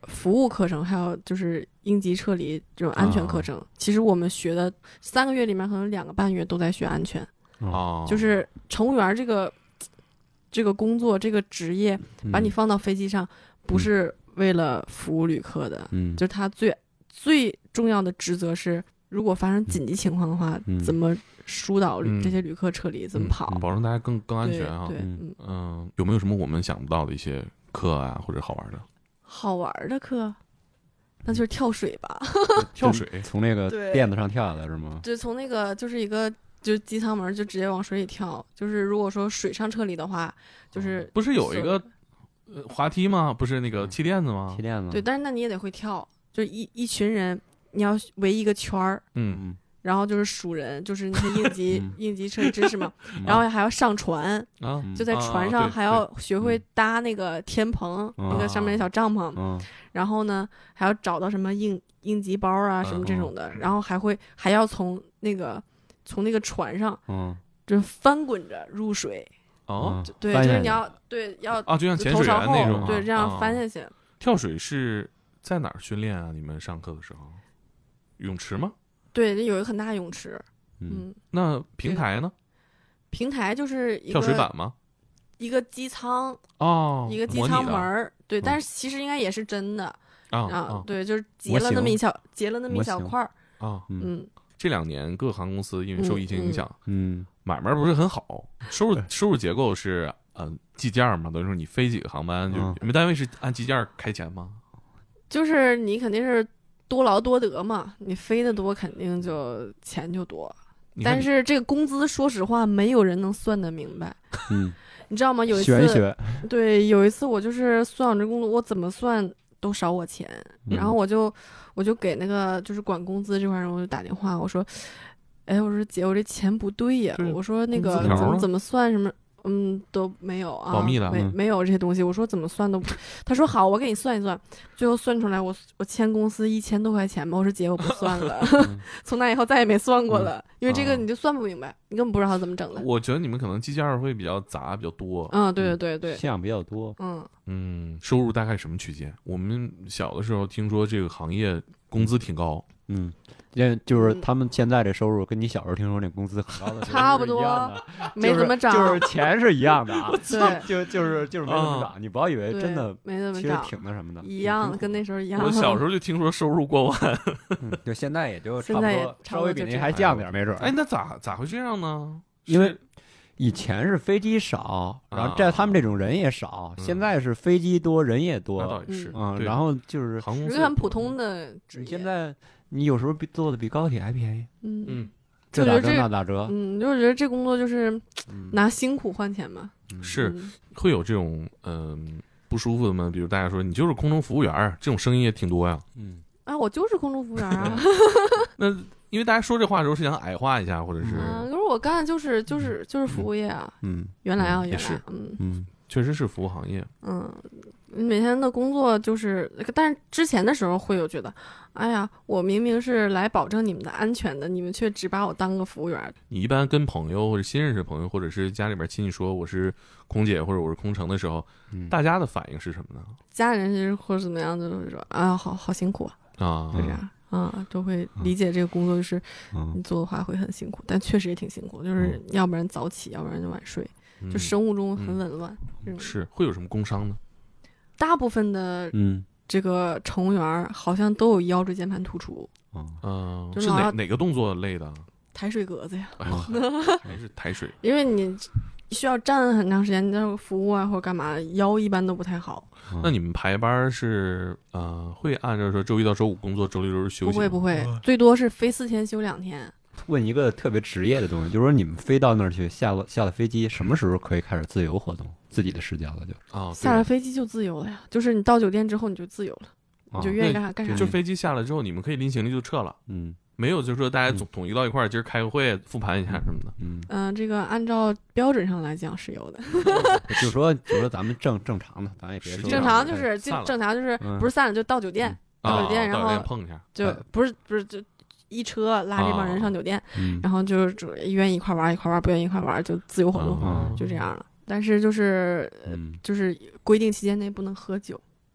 服务课程，还有就是应急撤离这种安全课程。啊、其实我们学的三个月里面，可能两个半月都在学安全。 哦， 就是乘务员这个这个工作这个职业，把你放到飞机上，不是为了服务旅客的，嗯，就是他最最重要的职责是，如果发生紧急情况的话，嗯、怎么疏导旅、嗯、这些旅客撤离，怎么跑， 嗯、保证大家更更安全啊。 对，对嗯嗯、呃，有没有什么我们想不到的一些课啊，或者好玩的？ 好玩的课，那就是跳水吧。 跳水， 从那个垫子上跳下来是吗？ 对，从那个就是一个就是机舱门就直接往水里跳。就是如果说水上撤离的话，就是不是有一个呃滑梯吗？不是那个气垫子吗？ 气垫子。 对，但是那你也得会跳，就一一群人，你要围一个圈儿， 嗯嗯。 然后就是数人，就是那些应急、嗯、应急撤离知识嘛，然后还要上船， 啊、 就在船上还要学会搭那个天棚，啊、那个上面的小帐篷， 啊、 然后呢还要找到什么应应急包啊什么这种的，啊、然后还会还要从那个从那个船上， 嗯， 就翻滚着入水， 哦， 对，就是你要对要啊，就像潜水员那种， 对，这样翻下去。 啊、跳水是在哪儿训练啊？你们上课的时候，泳池吗？ 对，有一个很大的泳池。 嗯， 嗯那平台呢？ 平台就是一个跳水板吗？ 一个机舱哦， 一个机舱门对，但是其实应该也是真的啊啊，对，就是截了那么一小截了那么一小块儿啊。 嗯， 这两年各航公司因为受疫情影响， 嗯， 买卖不是很好，收入收入结构是呃计件嘛，等于说你飞几个航班，就你们单位是按计件开钱吗？ 就是你肯定是。多劳多得嘛，你飞得多肯定就钱就多，但是这个工资说实话没有人能算得明白。 嗯， 你知道吗？有一次学一学对，有一次我就是算我这工作，我怎么算都少我钱， 嗯、 然后我就我就给那个就是管工资这块人我就打电话，我说，哎，我说姐，我这钱不对呀，我说那个怎么怎么算什么。嗯，都没有啊， 保密了， 没没有这些东西。我说怎么算都，他说好，我给你算一算。最后算出来我，我我签公司一千多块钱吧。我说姐，我不算了，从那以后再也没算过了，嗯、因为这个你就算不明白，啊、你根本不知道他怎么整的。 我觉得你们可能计件会比较杂，比较多。 嗯，对对对对， 项比较多。 嗯嗯，收入大概什么区间？我们小的时候听说这个行业工资挺高。 嗯。因就是他们现在这收入跟你小时候听说那工资很高的差不多，没怎么涨， 就是钱是一样的啊。 对， 就就是就是没怎么涨。你不要以为真的没怎么涨， 其实挺那什么的， 一样，跟那时候一样。 我小时候就听说收入过万， 就现在也就差不多，稍微比那还降点没准。 哎，那咋咋会这样呢？ 因为以前是飞机少，然后在他们这种人也少，现在是飞机多人也多， 那倒也是。 嗯，然后就是航空是很普通的职业。 现在。你有时候比坐的比高铁还便宜， 嗯嗯， 这打折那打折， 嗯，就是觉得这工作就是拿辛苦换钱嘛， 嗯、是会有这种嗯、呃、不舒服的吗？比如大家说你就是空中服务员，这种声音也挺多呀， 嗯， 啊，我就是空中服务员啊， 那因为大家说这话的时候是想矮化一下，或者是， 嗯，可是我干的就是就是就是服务业啊， 嗯， 原来啊， 也是， 嗯嗯，确实是服务行业， 嗯。每天的工作就是，但是之前的时候会有觉得，哎呀，我明明是来保证你们的安全的，你们却只把我当个服务员。 你一般跟朋友或者新认识的朋友，或者是家里边亲戚说我是空姐或者我是空乘的时候，嗯、大家的反应是什么呢？ 家人是或者怎么样的，都会说啊，好好辛苦啊， 啊， 就这样啊，都会理解这个工作就是你做的话会很辛苦，但确实也挺辛苦，就是要不然早起，要不然就晚睡，就生物钟很紊乱。 嗯、是会有什么工伤呢？ 大部分的嗯，这个乘务员好像都有腰椎间盘突出。 嗯、呃，是哪哪个动作累的？ 抬水格子呀， 哎、还是抬水？ 因为你需要站很长时间，你在服务啊或者干嘛的，腰一般都不太好。 嗯、那你们排班是呃会按照说周一到周五工作，周六周日休息？ 不会不会，最多是飞四天休两天。 问一个特别职业的东西，就是说你们飞到那儿去，下了下了飞机，什么时候可以开始自由活动，自己的时间了就？ 哦， 下了飞机就自由了呀，就是你到酒店之后你就自由了，哦、你就愿意干啥干啥。 就飞机下来之后，你们可以拎行李就撤了， 嗯， 没有就是说大家总统一到一块儿，今儿开个会复盘一下什么的， 嗯嗯、呃，这个按照标准上来讲是有的， 就是说就是说咱们正正常的，咱也别说正常就是就正常就是不是散了就到酒店， 嗯、 到酒店、 哦、 然后碰一下， 就不是不是就。一车拉这帮人上酒店， 哦、 然后就是愿意一块玩一块玩，不愿意一块玩就自由活动， 哦、 就这样了。但是就是、 嗯、 就是规定期间内不能喝酒，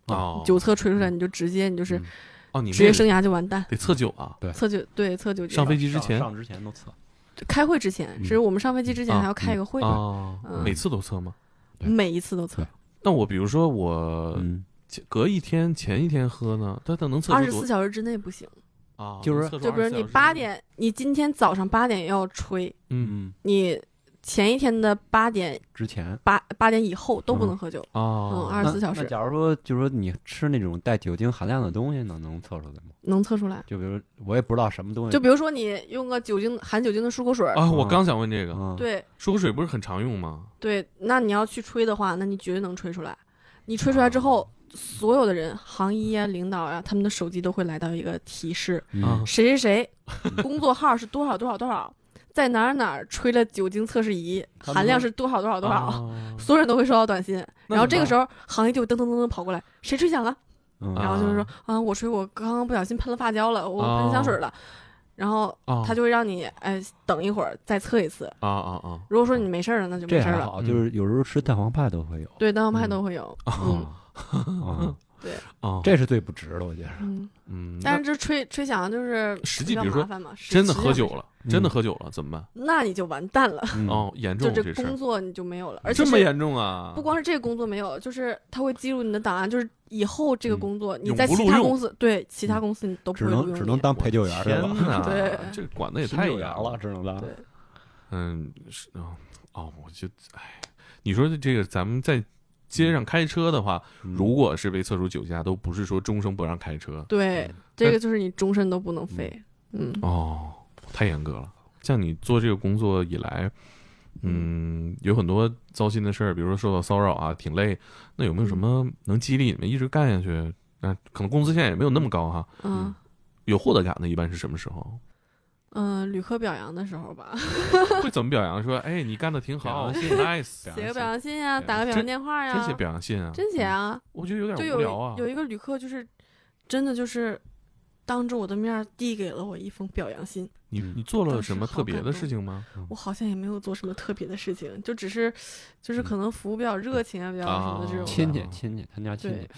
哦， 酒测吹出来你就直接你就是。 哦，你职业生涯就完蛋， 得测酒啊， 对， 测酒，对，测酒。 上飞机之前， 上之前都测， 开会之前，是我们上飞机之前还要开一个会啊，每次都测吗？ 每一次都测。 那我比如说我隔一天前一天喝呢，它它能测二十四小时之内不行啊， 就是就比如你八点，你今天早上八点要吹， 嗯， 你。前一天的八点之前， 八八点以后都不能喝酒哦。 嗯，二十四小时。 那假如说，就是说你吃那种带酒精含量的东西呢，能测出来吗？ 能测出来。 就比如我也不知道什么东西。 就比如说你用个酒精含酒精的漱口水啊，我刚想问这个。 嗯、对， 漱口水不是很常用吗？ 对，那你要去吹的话，那你绝对能吹出来。你吹出来之后，啊、所有的人，行医啊、领导啊，他们的手机都会来到一个提示， 嗯、 谁谁谁，工作号是多少多少多少。在哪儿哪儿吹了酒精测试仪，含量是多少多少多少，啊、所有人都会收到短信。然后这个时候，行业就噔噔噔噔跑过来，谁吹响了？ 嗯、 然后就是说啊，我吹，我刚刚不小心喷了发胶了，我喷香水了。啊、然后他就会让你哎等一会儿再测一次。 啊啊啊！ 如果说你没事了，那就没事了。 这还好，就是有时候吃蛋黄派都会有。 对，蛋黄派都会有。嗯。 嗯对， 哦， 这是最不值的，我觉得。 嗯嗯， 但是这吹吹响就是实际，比如说真的喝酒了，真的喝酒了怎么办？ 那你就完蛋了。 哦，严重， 就这工作你就没有了，而且这么严重啊！ 不光是这个工作没有，就是他会记录你的档案，就是以后这个工作你在其他公司，对其他公司你都不会录用， 只能当陪酒员天哪， 对， 这管的也太严了，只能当。 对， 嗯，是哦，我就哎，你说这个咱们在街上开车的话， 嗯、 如果是被测出酒驾，都不是说终生不让开车。 对，嗯、这个就是你终身都不能飞。嗯， 哦，太严格了。像你做这个工作以来，嗯，有很多糟心的事儿，比如说受到骚扰啊，挺累。那有没有什么能激励你们一直干下去？那、啊、可能工资现在也没有那么高哈。 嗯， 有获得感的一般是什么时候？ 嗯、呃，旅客表扬的时候吧。 会怎么表扬？说，哎，你干的挺好 ，nice， 写个表扬信呀，打个表扬电话呀。 真写表扬信啊？ 真写啊、嗯！ 我觉得有点无聊啊。 有, 有一个旅客就是，真的就是当着我的面递给了我一封表扬信。 你你做了什么特别的事情吗？ 我好像也没有做什么特别的事情，就只是，就是可能服务比较热情啊，比较什么的这种。 亲戚亲戚，他家亲戚。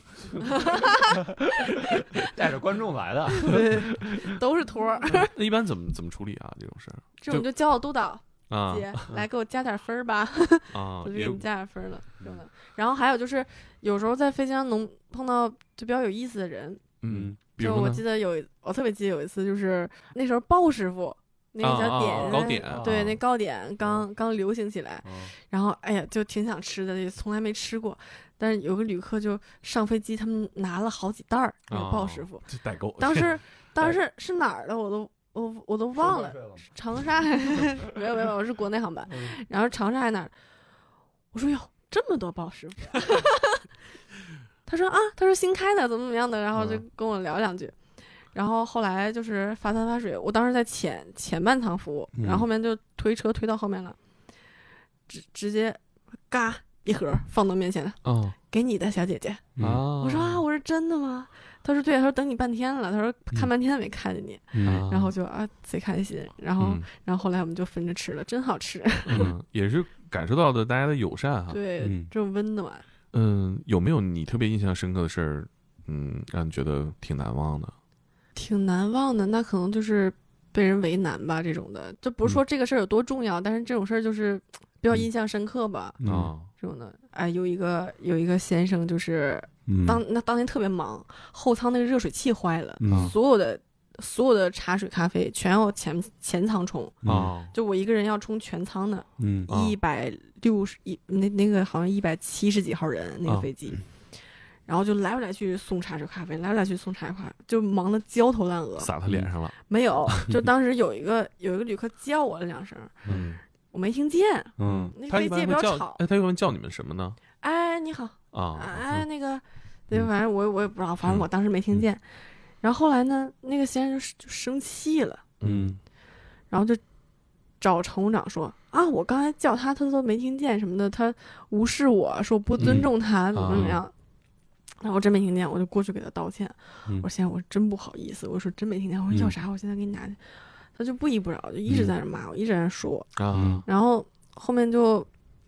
带着观众来的， 对，都是托儿。 那一般怎么怎么处理啊？这种事儿， 这种就叫我督导啊， 姐来给我加点分吧， 啊， 我就给你加点分了，真的。然后还有就是，有时候在飞机上能碰到就比较有意思的人， 嗯， 就我记得有，我特别记得有一次，就是那时候鲍师傅。那个小点、 啊、糕点， 对， 啊、 那糕点刚、啊、刚流行起来，啊、然后哎呀，就挺想吃的，也从来没吃过。但是有个旅客就上飞机，他们拿了好几袋儿，那个鲍师傅， 这代购。 当时当时是哪儿的，我都我我都忘了，长沙还没有没有，是国内航班，嗯、然后长沙还哪儿？我说哟，这么多鲍师傅，他说啊，他说新开的，怎么怎么样的，然后就跟我聊两句。嗯然后后来就是发餐发水，我当时在前前半舱服务，然后后面就推车推到后面了，直直接嘎一盒放到面前了， 哦， 给你的小姐姐。 啊， 我说啊，我说真的吗？他说对，他说等你半天了，他说看半天没看见你， 嗯、 然后就啊贼开心，然后、嗯、然后后来我们就分着吃了，真好吃。 嗯，也是感受到的大家的友善哈。 对，嗯、这种温暖。 嗯，有没有你特别印象深刻的事儿？嗯，让你觉得挺难忘的？ 挺难忘的，那可能就是被人为难吧，这种的，就不是说这个事儿有多重要，嗯、但是这种事儿就是比较印象深刻吧。 啊、嗯， 这种的，哎，有一个有一个先生，就是当、嗯、那当天特别忙，后舱那个热水器坏了， 嗯、 所有的所有的茶水咖啡全要前前舱冲啊， 就我一个人要冲全舱的， 嗯， 一百六十一那那个好像一百七十几号人那个飞机。啊然后就来回来去送茶水咖啡，来回来去送茶水咖啡，就忙得焦头烂额。 洒他脸上了？ 没有，就当时有一个有一个旅客叫我了两声， 嗯， 我没听见， 嗯， 那飞机也比较吵。 哎，他一般叫你们什么呢？ 哎，你好啊， 哎，那个，对，反正我我也不知道，反正我当时没听见。然后后来呢，那个先生就生气了， 嗯， 然后就找乘务长说啊，我刚才叫他，他都没听见什么的，他无视我说不尊重他，怎么怎么样。然后我真没听见，我就过去给他道歉。 嗯、 我说：“现在我真不好意思。”我说：“真没听见。”我说：“叫啥？我现在给你拿去。”他就不依不饶，就一直在那骂我，嗯、一直在那说我。 啊。 然后后面就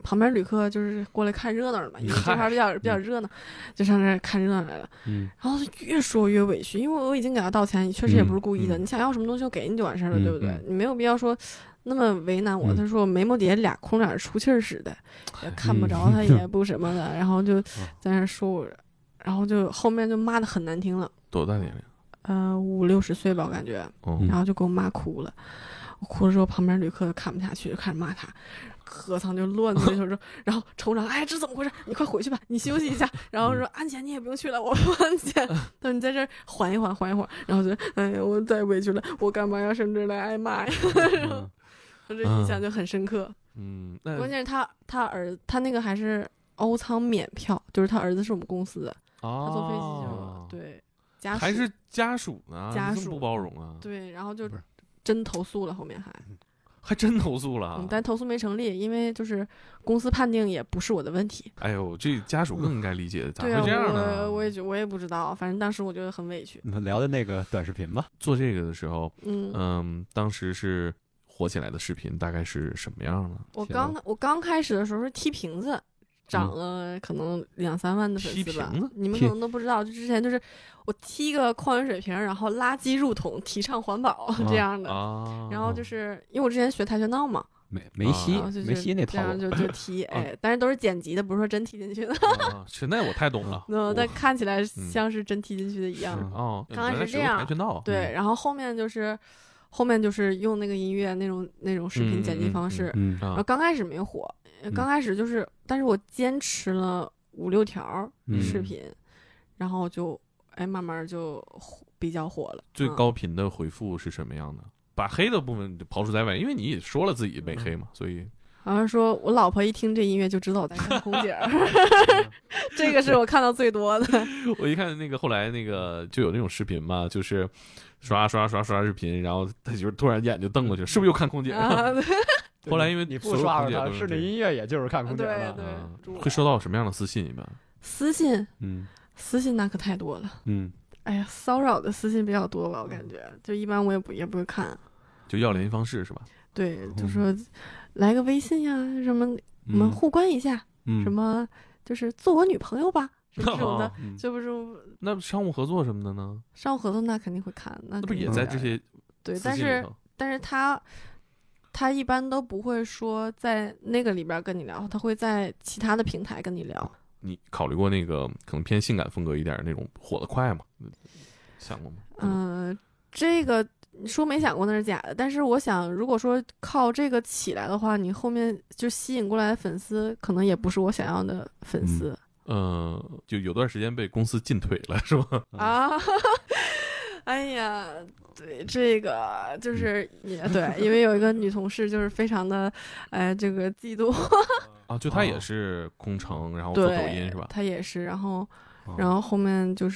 旁边旅客就是过来看热闹的嘛，因为这块比较比较热闹，就上这看热闹来了。嗯，然后他越说越委屈，因为我已经给他道歉，你确实也不是故意的，嗯、你想要什么东西我给你就完事儿了，嗯、对不对？嗯、你没有必要说那么为难我。嗯、他说眉毛底下俩空眼出气儿似的，也看不着他也不什么的，嗯、然后就在那说我，然后就后面就骂的很难听了。 多大年龄？ 呃，五六十岁吧，我感觉。嗯、然后就给我骂哭了。我哭了之后，旁边旅客就看不下去，就开始骂他。客舱就乱了，就说，然后酋长，哎，这怎么回事？你快回去吧，你休息一下。然后说安检你也不用去了，我不安检。他说你在这儿缓一缓，缓一缓。然后就，哎呀，我太委屈了，我干嘛要上这儿来挨骂呀？然后他这印象就很深刻。嗯，关键是他他儿他那个还是欧舱免票，就是他儿子是我们公司的， 哦、 他坐飞机就对家属还是家属呢， 家属不包容啊。 对，然后就真投诉了，后面还。 还真投诉了、 嗯，但投诉没成立，因为就是公司判定也不是我的问题。 哎呦，这家属更应该理解， 嗯、 咋会这样呢？ 对啊、我我也我也不知道，反正当时我觉得很委屈。 你们聊的那个短视频吧， 做这个的时候， 嗯嗯，当时是火起来的视频，大概是什么样呢？ 我刚我刚开始的时候是踢瓶子。涨了可能两三万的粉丝吧，你们可能都不知道。就之前就是我踢个矿泉水瓶，然后垃圾入桶，提倡环保、啊、这样的。啊、然后就是因为我之前学跆拳道嘛， 梅梅西、啊、梅西那套， 这样就就踢，哎，但是都是剪辑的，不是说真踢进去的。 啊、现在我太懂了， 嗯，但看起来像是真踢进去的一样。 嗯、哦， 刚开始这样， 跆拳道对，然后后面就是后面就是用那个音乐那种那种视频剪辑方式， 嗯嗯嗯嗯、 然后刚开始没火。刚开始就是，但是我坚持了五六条视频，嗯、然后就哎慢慢就比较火了。 最高频的回复是什么样的？嗯、把黑的部分刨除在外，因为你也说了自己被黑嘛，所以好像说我老婆一听这音乐就知道我在看空姐儿，这个是我看到最多的。 我一看那个后来那个就有那种视频嘛，就是刷刷刷刷视频，然后他就是突然眼睛瞪过去，是不是又看空姐？啊后来因为你不刷了它，是那音乐也就是看空姐了。 对对、 啊，会收到什么样的私信一般？ 私信， 嗯， 私信那可太多了。嗯，哎呀，骚扰的私信比较多吧，我感觉，就一般我也不也不会看。 就要联系方式是吧？ 对，就说来个微信呀，什么我们互关一下， 嗯、 什么就是做我女朋友吧。这种的， 嗯、 这不是那商务合作什么的呢？ 商务合作那肯定会看，那那不也在这些对，但是但是他。他一般都不会说在那个里边跟你聊，他会在其他的平台跟你聊。 你考虑过那个可能偏性感风格一点那种火得快吗？想过吗？ 嗯、呃，这个说没想过那是假的，但是我想，如果说靠这个起来的话，你后面就吸引过来的粉丝，可能也不是我想要的粉丝。 嗯，呃、就有段时间被公司禁腿了，是吧？ 啊。哎呀，对，这个就是也对，因为有一个女同事就是非常的，哎，这个嫉妒啊，就她也是空乘，然后做抖音是吧？ 她也是，然后，然后后面就是，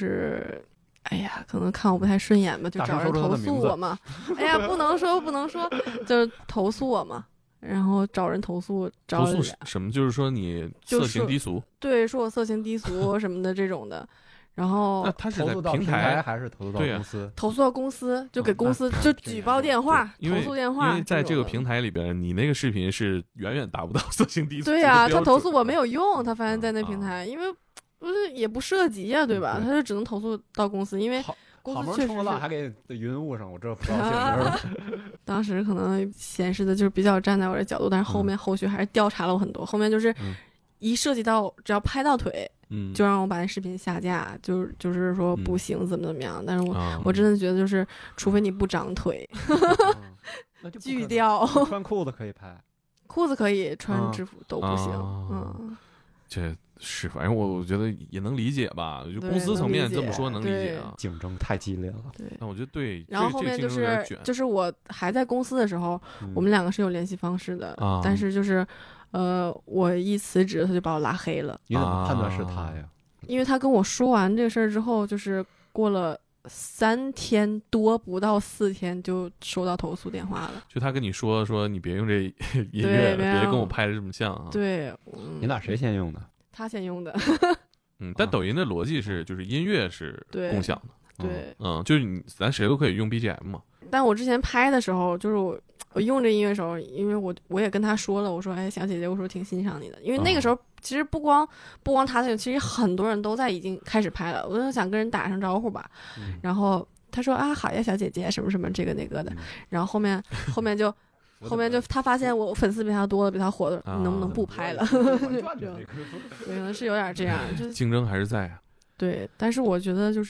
哎呀，可能看我不太顺眼吧，就找人投诉我嘛。哎呀，不能说不能说，就是投诉我嘛。然后找人投诉，找投诉什么？就是说你色情低俗， 对，说我色情低俗什么的这种的。然后那他是在平台还是投诉到公司？ 投诉到公司，就给公司就举报电话、投诉电话。 因为在这个平台里边，你那个视频是远远达不到色情低俗。 对呀，他投诉我没有用，他发现在那平台，因为不是也不涉及呀，对吧？他就只能投诉到公司，因为公司确实是还给云雾上，我这不高兴。 当时可能显示的就是比较站在我这角度，但是后面后续还是调查了我很多，后面就是一涉及到只要拍到腿。 嗯， 就让我把那视频下架，就是就是说不行，怎么怎么样。 嗯、 但是我、 啊、 我真的觉得，就是除非你不长腿， 嗯、 锯掉。 穿裤子可以拍， 裤子可以，穿制服都不行。 啊、 嗯， 这是反正我我觉得也能理解吧，就公司层面这么说能理解啊。 竞争太激烈了， 对。 那我觉得对。 然后后面就是就是我还在公司的时候，嗯、我们两个是有联系方式的， 啊、 但是就是。呃，我一辞职，他就把我拉黑了。 你怎么判断是他呀？ 因为他跟我说完这个事儿之后，就是过了三天多，不到四天就收到投诉电话了。 就他跟你说说，你别用这音乐，别跟我拍的这么像啊。 对， 嗯、你俩谁先用的？ 他先用的。 嗯，但抖音的逻辑是，就是音乐是共享的。 对， 嗯，就是你咱谁都可以用 B G M 嘛。 但我之前拍的时候，就是我我用这音乐的时候，因为我我也跟他说了，我说哎小姐姐，我说挺欣赏你的，因为那个时候、哦、其实不光不光他那个，其实很多人都在已经开始拍了，我就想跟人打声招呼吧，嗯、然后他说啊好呀小姐姐什么什么这个那个的，嗯、然后后面后面就。后面就他发现我粉丝比他多了，比他火的，你能不能不拍了？可能是有点这样，就竞争还是在啊。 对，但是我觉得就是，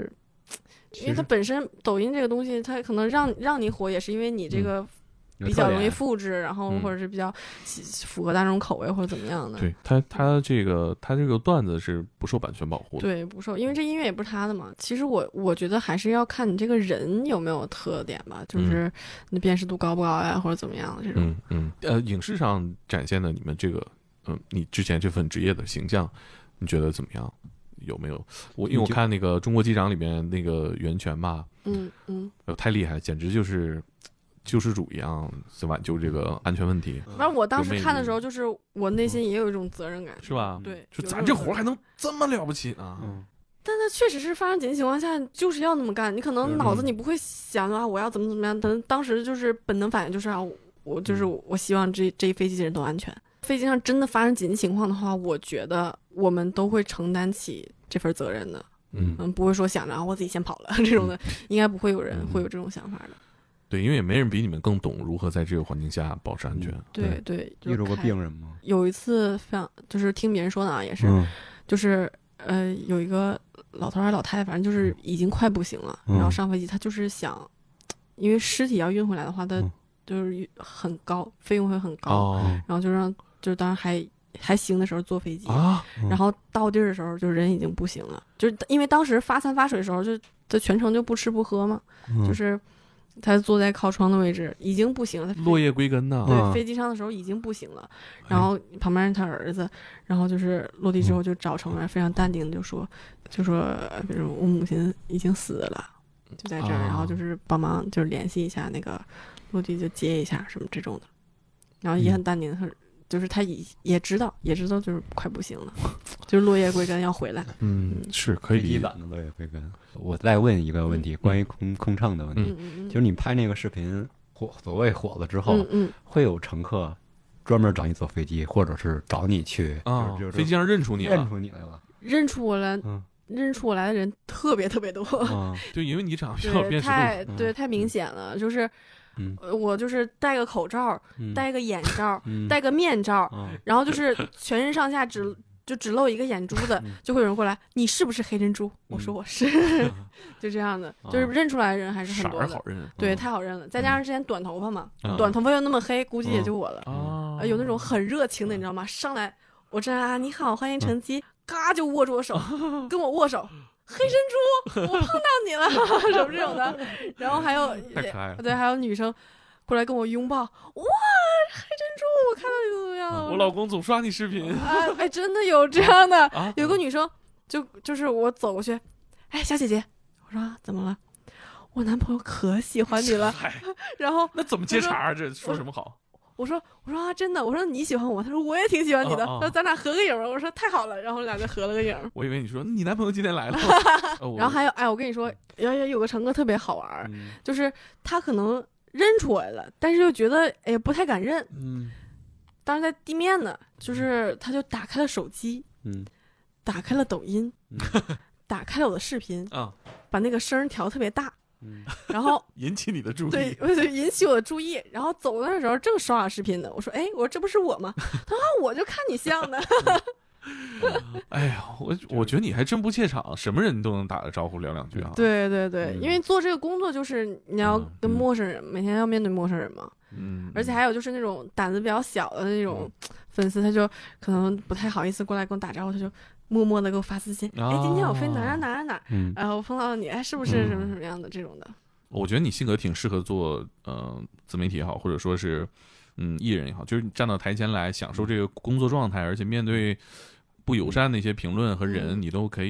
因为它本身抖音这个东西，它可能让让你火，也是因为你这个比较容易复制，然后或者是比较符合大众口味或者怎么样的。 对他，他这个他这个段子是不受版权保护的。 对，不受，因为这音乐也不是他的嘛。其实我我觉得还是要看你这个人有没有特点吧，就是你辨识度高不高呀，或者怎么样的这种。 嗯嗯。呃，影视上展现的你们这个，嗯，你之前这份职业的形象，你觉得怎么样？有没有？我因为我看那个《中国机长》里面那个袁泉吧， 嗯嗯， 太厉害了，简直就是救世主一样，在挽救这个安全问题。 反正我当时看的时候，就是我内心也有一种责任感， 是吧？ 对， 就咱这活还能这么了不起啊！ 嗯，但它确实是发生紧急情况下就是要那么干，你可能脑子你不会想啊，我要怎么怎么样，等当时就是本能反应就是啊，我就是我希望这这一飞机的人都安全。飞机上真的发生紧急情况的话，我觉得我们都会承担起这份责任的。嗯嗯，不会说想着啊我自己先跑了这种的，嗯、应该不会有人会有这种想法的。 对，因为也没人比你们更懂如何在这个环境下保持安全。 嗯、对对， 遇到过病人吗？ 有一次非常就是听别人说的啊，也是，嗯、就是呃有一个老头还是老太太，反正就是已经快不行了，嗯、然后上飞机他就是想，因为尸体要运回来的话，他就是很高，费用会很高，哦、然后就让就是当时还。还行的时候坐飞机啊，嗯、然后到地儿的时候就人已经不行了，就是因为当时发餐发水的时候就就全程就不吃不喝嘛，嗯、就是他坐在靠窗的位置已经不行了，他落叶归根呐。 对，嗯、飞机上的时候已经不行了，然后旁边是他儿子，然后就是落地之后就找乘务员非常淡定的就说就说比如我母亲已经死了，就在这儿，啊、然后就是帮忙就是联系一下那个落地就接一下什么这种的，然后也很淡定的。嗯就是他也也知道，也知道就是快不行了，就是落叶归根要回来。 嗯，是可以理解的落叶归根。我再问一个问题，嗯、关于空空乘的问题，嗯、就是你拍那个视频火，所谓火了之后， 嗯嗯、 会有乘客专门找你坐飞机，或者是找你去啊， 就是、 飞机上认出你了， 认出你来了， 认出我来。嗯认出我来的人特别特别多， 啊、对，因为你长得比较辨识度， 太对，太明显了，嗯、就是。 嗯， 我就是戴个口罩， 嗯、 戴个眼罩， 嗯、 戴个面罩， 嗯、 然后就是全身上下只就只露一个眼珠子， 嗯、 就会有人过来，你是不是黑珍珠？嗯、我说我是，嗯、就这样的，就是认出来的人还是很多的， 好认， 对，太好认了。再加上之前短头发嘛，嗯、短头发又那么黑，估计也就我了。 嗯呃、有那种很热情的，你知道吗？上来我这啊，你好，欢迎乘机，嘎就握住我手，跟我握手。黑珍珠，我碰到你了，什么这种的，然后还有，对，还有女生过来跟我拥抱，哇，黑珍珠，我看到你怎么样？ 我老公总刷你视频， 哎哎，真的有这样的，啊、有个女生就就是我走过去，哎，小姐姐，我说、啊、怎么了？我男朋友可喜欢你了，然后那怎么接茬啊？这说什么好？ 我说我说啊，真的，我说你喜欢我，他说我也挺喜欢你的， 啊啊、 那咱俩合个影吧。我说太好了，然后俩就合了个影。 我以为你说你男朋友今天来了， 然后还有哎，我跟你说，有有个乘客特别好玩， 嗯、 就是他可能认出来了，但是又觉得哎不太敢认。 嗯， 当时在地面呢，就是他就打开了手机， 嗯， 打开了抖音， 嗯、 打开了我的视频啊， 把那个声调特别大。 嗯， 然后引起你的注意， 对，引起我的注意。然后走那时候正刷视频呢，我说：“哎，我说这不是我吗？”他说：“我就看你像呢。” 哎呀，我我觉得你还真不怯场，什么人你都能打个招呼聊两句啊。 对对对，嗯、因为做这个工作就是你要跟陌生人，嗯、每天要面对陌生人嘛。 嗯， 而且还有就是那种胆子比较小的那种粉丝，他就可能不太好意思过来跟我打招呼，他就。默默的给我发私信，哎、哦，今天我飞哪哪哪哪哪， 嗯， 然后我碰到你，哎，是不是什么什么样的、嗯、这种的？ 我觉得你性格挺适合做呃自媒体也好，或者说是嗯艺人也好，就是你站到台前来享受这个工作状态，而且面对不友善的一些评论和人，嗯、你都可以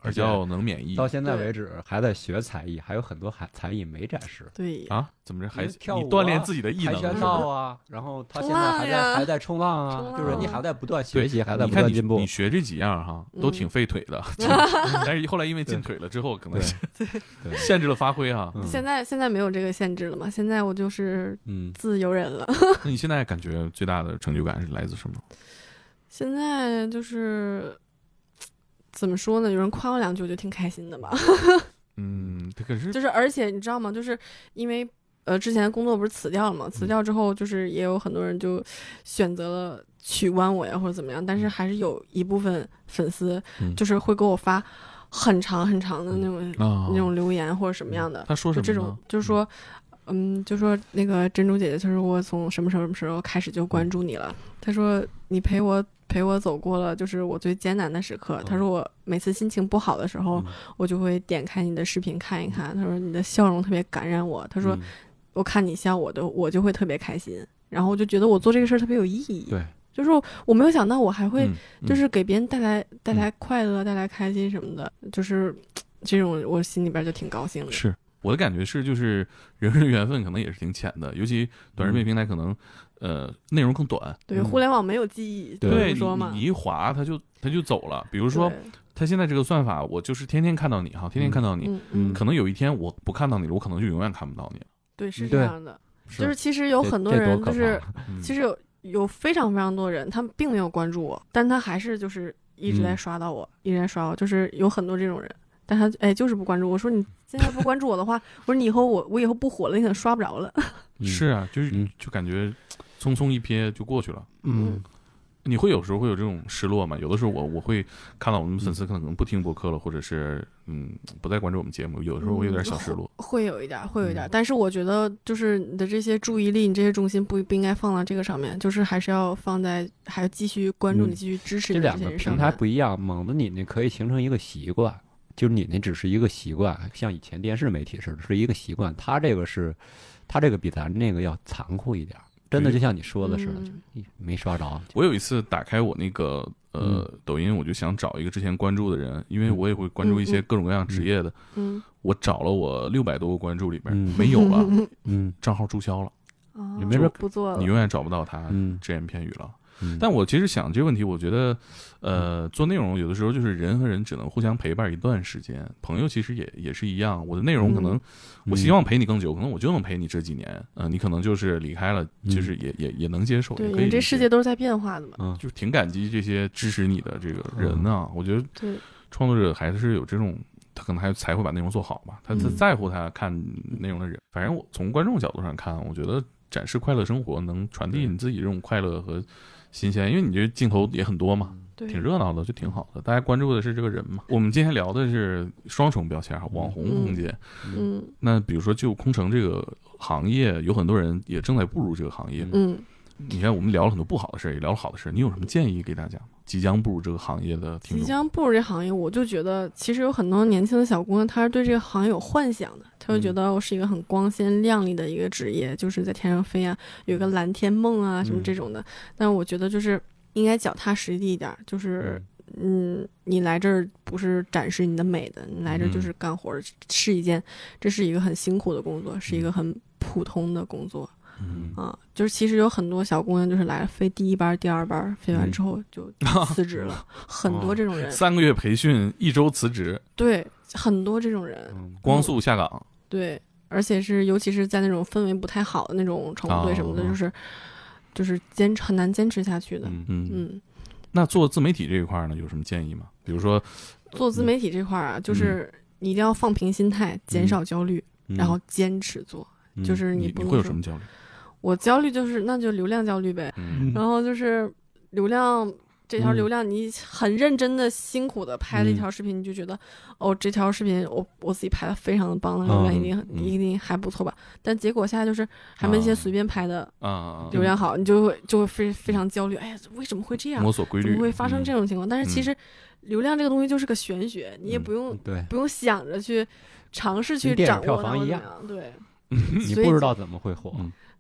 比较能免疫。 到现在为止还在学才艺，还有很多还才艺没展示。 对啊，怎么着还跳舞、啊、 你锻炼自己的艺能？ 跆拳道啊，然后他现在还在还在冲浪啊，就是人家还在不断学习，还在不断进步。 你, 你学这几样哈，都挺费腿的，嗯、但是后来因为进腿了之后，可能限制了发挥哈。 现在现在没有这个限制了嘛？现在我就是自由人了。 嗯、那你现在感觉最大的成就感是来自什么？ 现在就是怎么说呢？有人夸我两句，我就挺开心的吧。 嗯，可是就是而且你知道吗？就是因为呃之前工作不是辞掉了嘛，辞掉之后就是也有很多人就选择了取关我呀或者怎么样，但是还是有一部分粉丝就是会给我发很长很长的那种、嗯哦、那种留言或者什么样的。 他说什么？ 就这种就是说。嗯，就说那个珍珠姐姐，她说我从什么什么时候开始就关注你了。她说你陪我陪我走过了，就是我最艰难的时刻。她说我每次心情不好的时候，嗯、我就会点开你的视频看一看。她说你的笑容特别感染我。她说、嗯、我看你笑，我的我就会特别开心。然后我就觉得我做这个事儿特别有意义。 对， 就是我没有想到我还会就是给别人带来、嗯、带来快乐、带来开心什么的，就是这种我心里边就挺高兴的。 是。我的感觉是，就是人的缘分可能也是挺浅的，尤其短视频平台可能，呃，内容更短。 对，互联网没有记忆， 对， 说嘛， 你一滑它就它就走了。比如说，它现在这个算法，我就是天天看到你哈，天天看到你， 嗯嗯、 可能有一天我不看到你了，我可能就永远看不到你了。 对，是这样的。就是其实有很多人，就是其实有有非常非常多人，他们并没有关注我，但他还是就是一直在刷到我，嗯、一直在刷我，就是有很多这种人。但他哎，就是不关注我。说你现在不关注我的话，我说你以后我我以后不火了，你可能刷不着了。 是啊，就是就感觉匆匆一瞥就过去了。 嗯， 你会有时候会有这种失落吗？有的时候我我会看到我们粉丝可能不听播客了，或者是嗯不再关注我们节目，有的时候会有点小失落。 嗯、会有一点，会有一点。嗯、但是我觉得就是你的这些注意力，你这些重心不不应该放到这个上面，就是还是要放在还要继续关注你，嗯、继续支持你这些人上面。这两个平台不一样，猛的你那可以形成一个习惯。就是你那只是一个习惯，像以前电视媒体似的，是一个习惯。他这个是，他这个比咱那个要残酷一点。真的就像你说的似的，嗯、没刷着。 我有一次打开我那个呃、嗯、抖音，我就想找一个之前关注的人，因为我也会关注一些各种各样职业的。 嗯， 我找了我六百多个关注里边、嗯、没有了， 嗯， 账号注销了。 哦， 你没说不做了， 你永远找不到他只言片语了。嗯、但我其实想这个问题，我觉得，呃，做内容有的时候就是人和人只能互相陪伴一段时间，朋友其实也也是一样。我的内容可能，我希望陪你更久，嗯、可能我就能陪你这几年，呃，你可能就是离开了，就是也、嗯、也也能接受。 对， 也可以这世界都是在变化的嘛。 嗯，就是挺感激这些支持你的这个人呢、啊。 嗯、 我觉得， 对， 创作者还是有这种，他可能还才会把内容做好吧。他他在乎他看内容的人。反正我从观众角度上看，我觉得展示快乐生活，能传递你自己这种快乐和新鲜，因为你这镜头也很多嘛，挺热闹的，就挺好的。大家关注的是这个人嘛。我们今天聊的是双重标签，网红空姐。 嗯， 那比如说就空乘这个行业，有很多人也正在步入这个行业。 嗯， 你看我们聊了很多不好的事，也聊了好的事，你有什么建议给大家吗？即将步入这个行业的听众， 即将步入这行业，我就觉得其实有很多年轻的小姑娘，她是对这个行业有幻想的，她就觉得我是一个很光鲜亮丽的一个职业，嗯、就是在天上飞啊，有一个蓝天梦啊什么这种的。嗯、但我觉得就是应该脚踏实地一点，就是嗯, 嗯，你来这儿不是展示你的美的，你来这儿就是干活，嗯、是一件，这是一个很辛苦的工作，是一个很普通的工作。 嗯啊，就是其实有很多小姑娘就是来了飞第一班、第二班，飞完之后就辞职了，嗯、很多这种人。 三个月培训，一周辞职。 对，很多这种人， 嗯、光速下岗。 嗯。对，而且是尤其是在那种氛围不太好的那种宠物队什么的，哦、就是就是坚持很难坚持下去的。 嗯嗯嗯。 那做自媒体这一块呢，有什么建议吗？比如说， 做自媒体这块啊，嗯、就是你一定要放平心态，减少焦虑， 嗯、 然后坚持做。 嗯、 就是你不你会有什么焦虑？ 我焦虑就是那就流量焦虑呗， 嗯、 然后就是流量这条流量，你很认真的辛苦的拍了一条视频，嗯、你就觉得哦这条视频我我自己拍的非常的棒了，流量一定、嗯、一定还不错吧？但结果下来就是还没些随便拍的啊流量好，你就会就会非非常焦虑，哎呀为什么会这样？ 摸索规律， 怎么会发生这种情况？嗯、但是其实流量这个东西就是个玄学，你也不用、 嗯、对不用想着去尝试去掌握它，对。 你不知道怎么会火。 嗯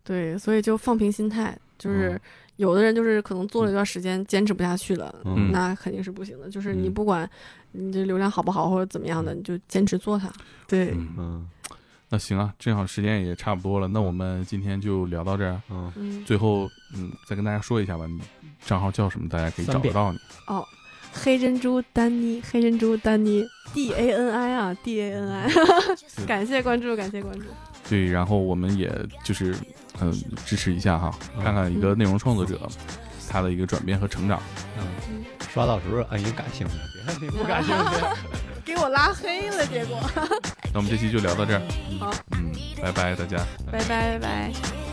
对，所以就放平心态，就是有的人就是可能做了一段时间坚持不下去了， 嗯、 那肯定是不行的。就是你不管你这流量好不好或者怎么样的，你就坚持做它。对， 嗯。那行啊，正好时间也差不多了，那我们今天就聊到这儿。嗯，最后嗯，再跟大家说一下吧，你账号叫什么？大家可以找得到你。 哦，黑珍珠丹妮，黑珍珠丹妮 ，D A N I 啊 ，D A N I， 感谢关注，感谢关注。 对，然后我们也就是嗯支持一下哈，看看一个内容创作者、嗯、他的一个转变和成长。 嗯，刷到时候按一个感兴趣，别你不感兴趣。 给我拉黑了，结果。 那我们这期就聊到这儿。 好， 嗯，拜拜，大家。 拜拜拜拜。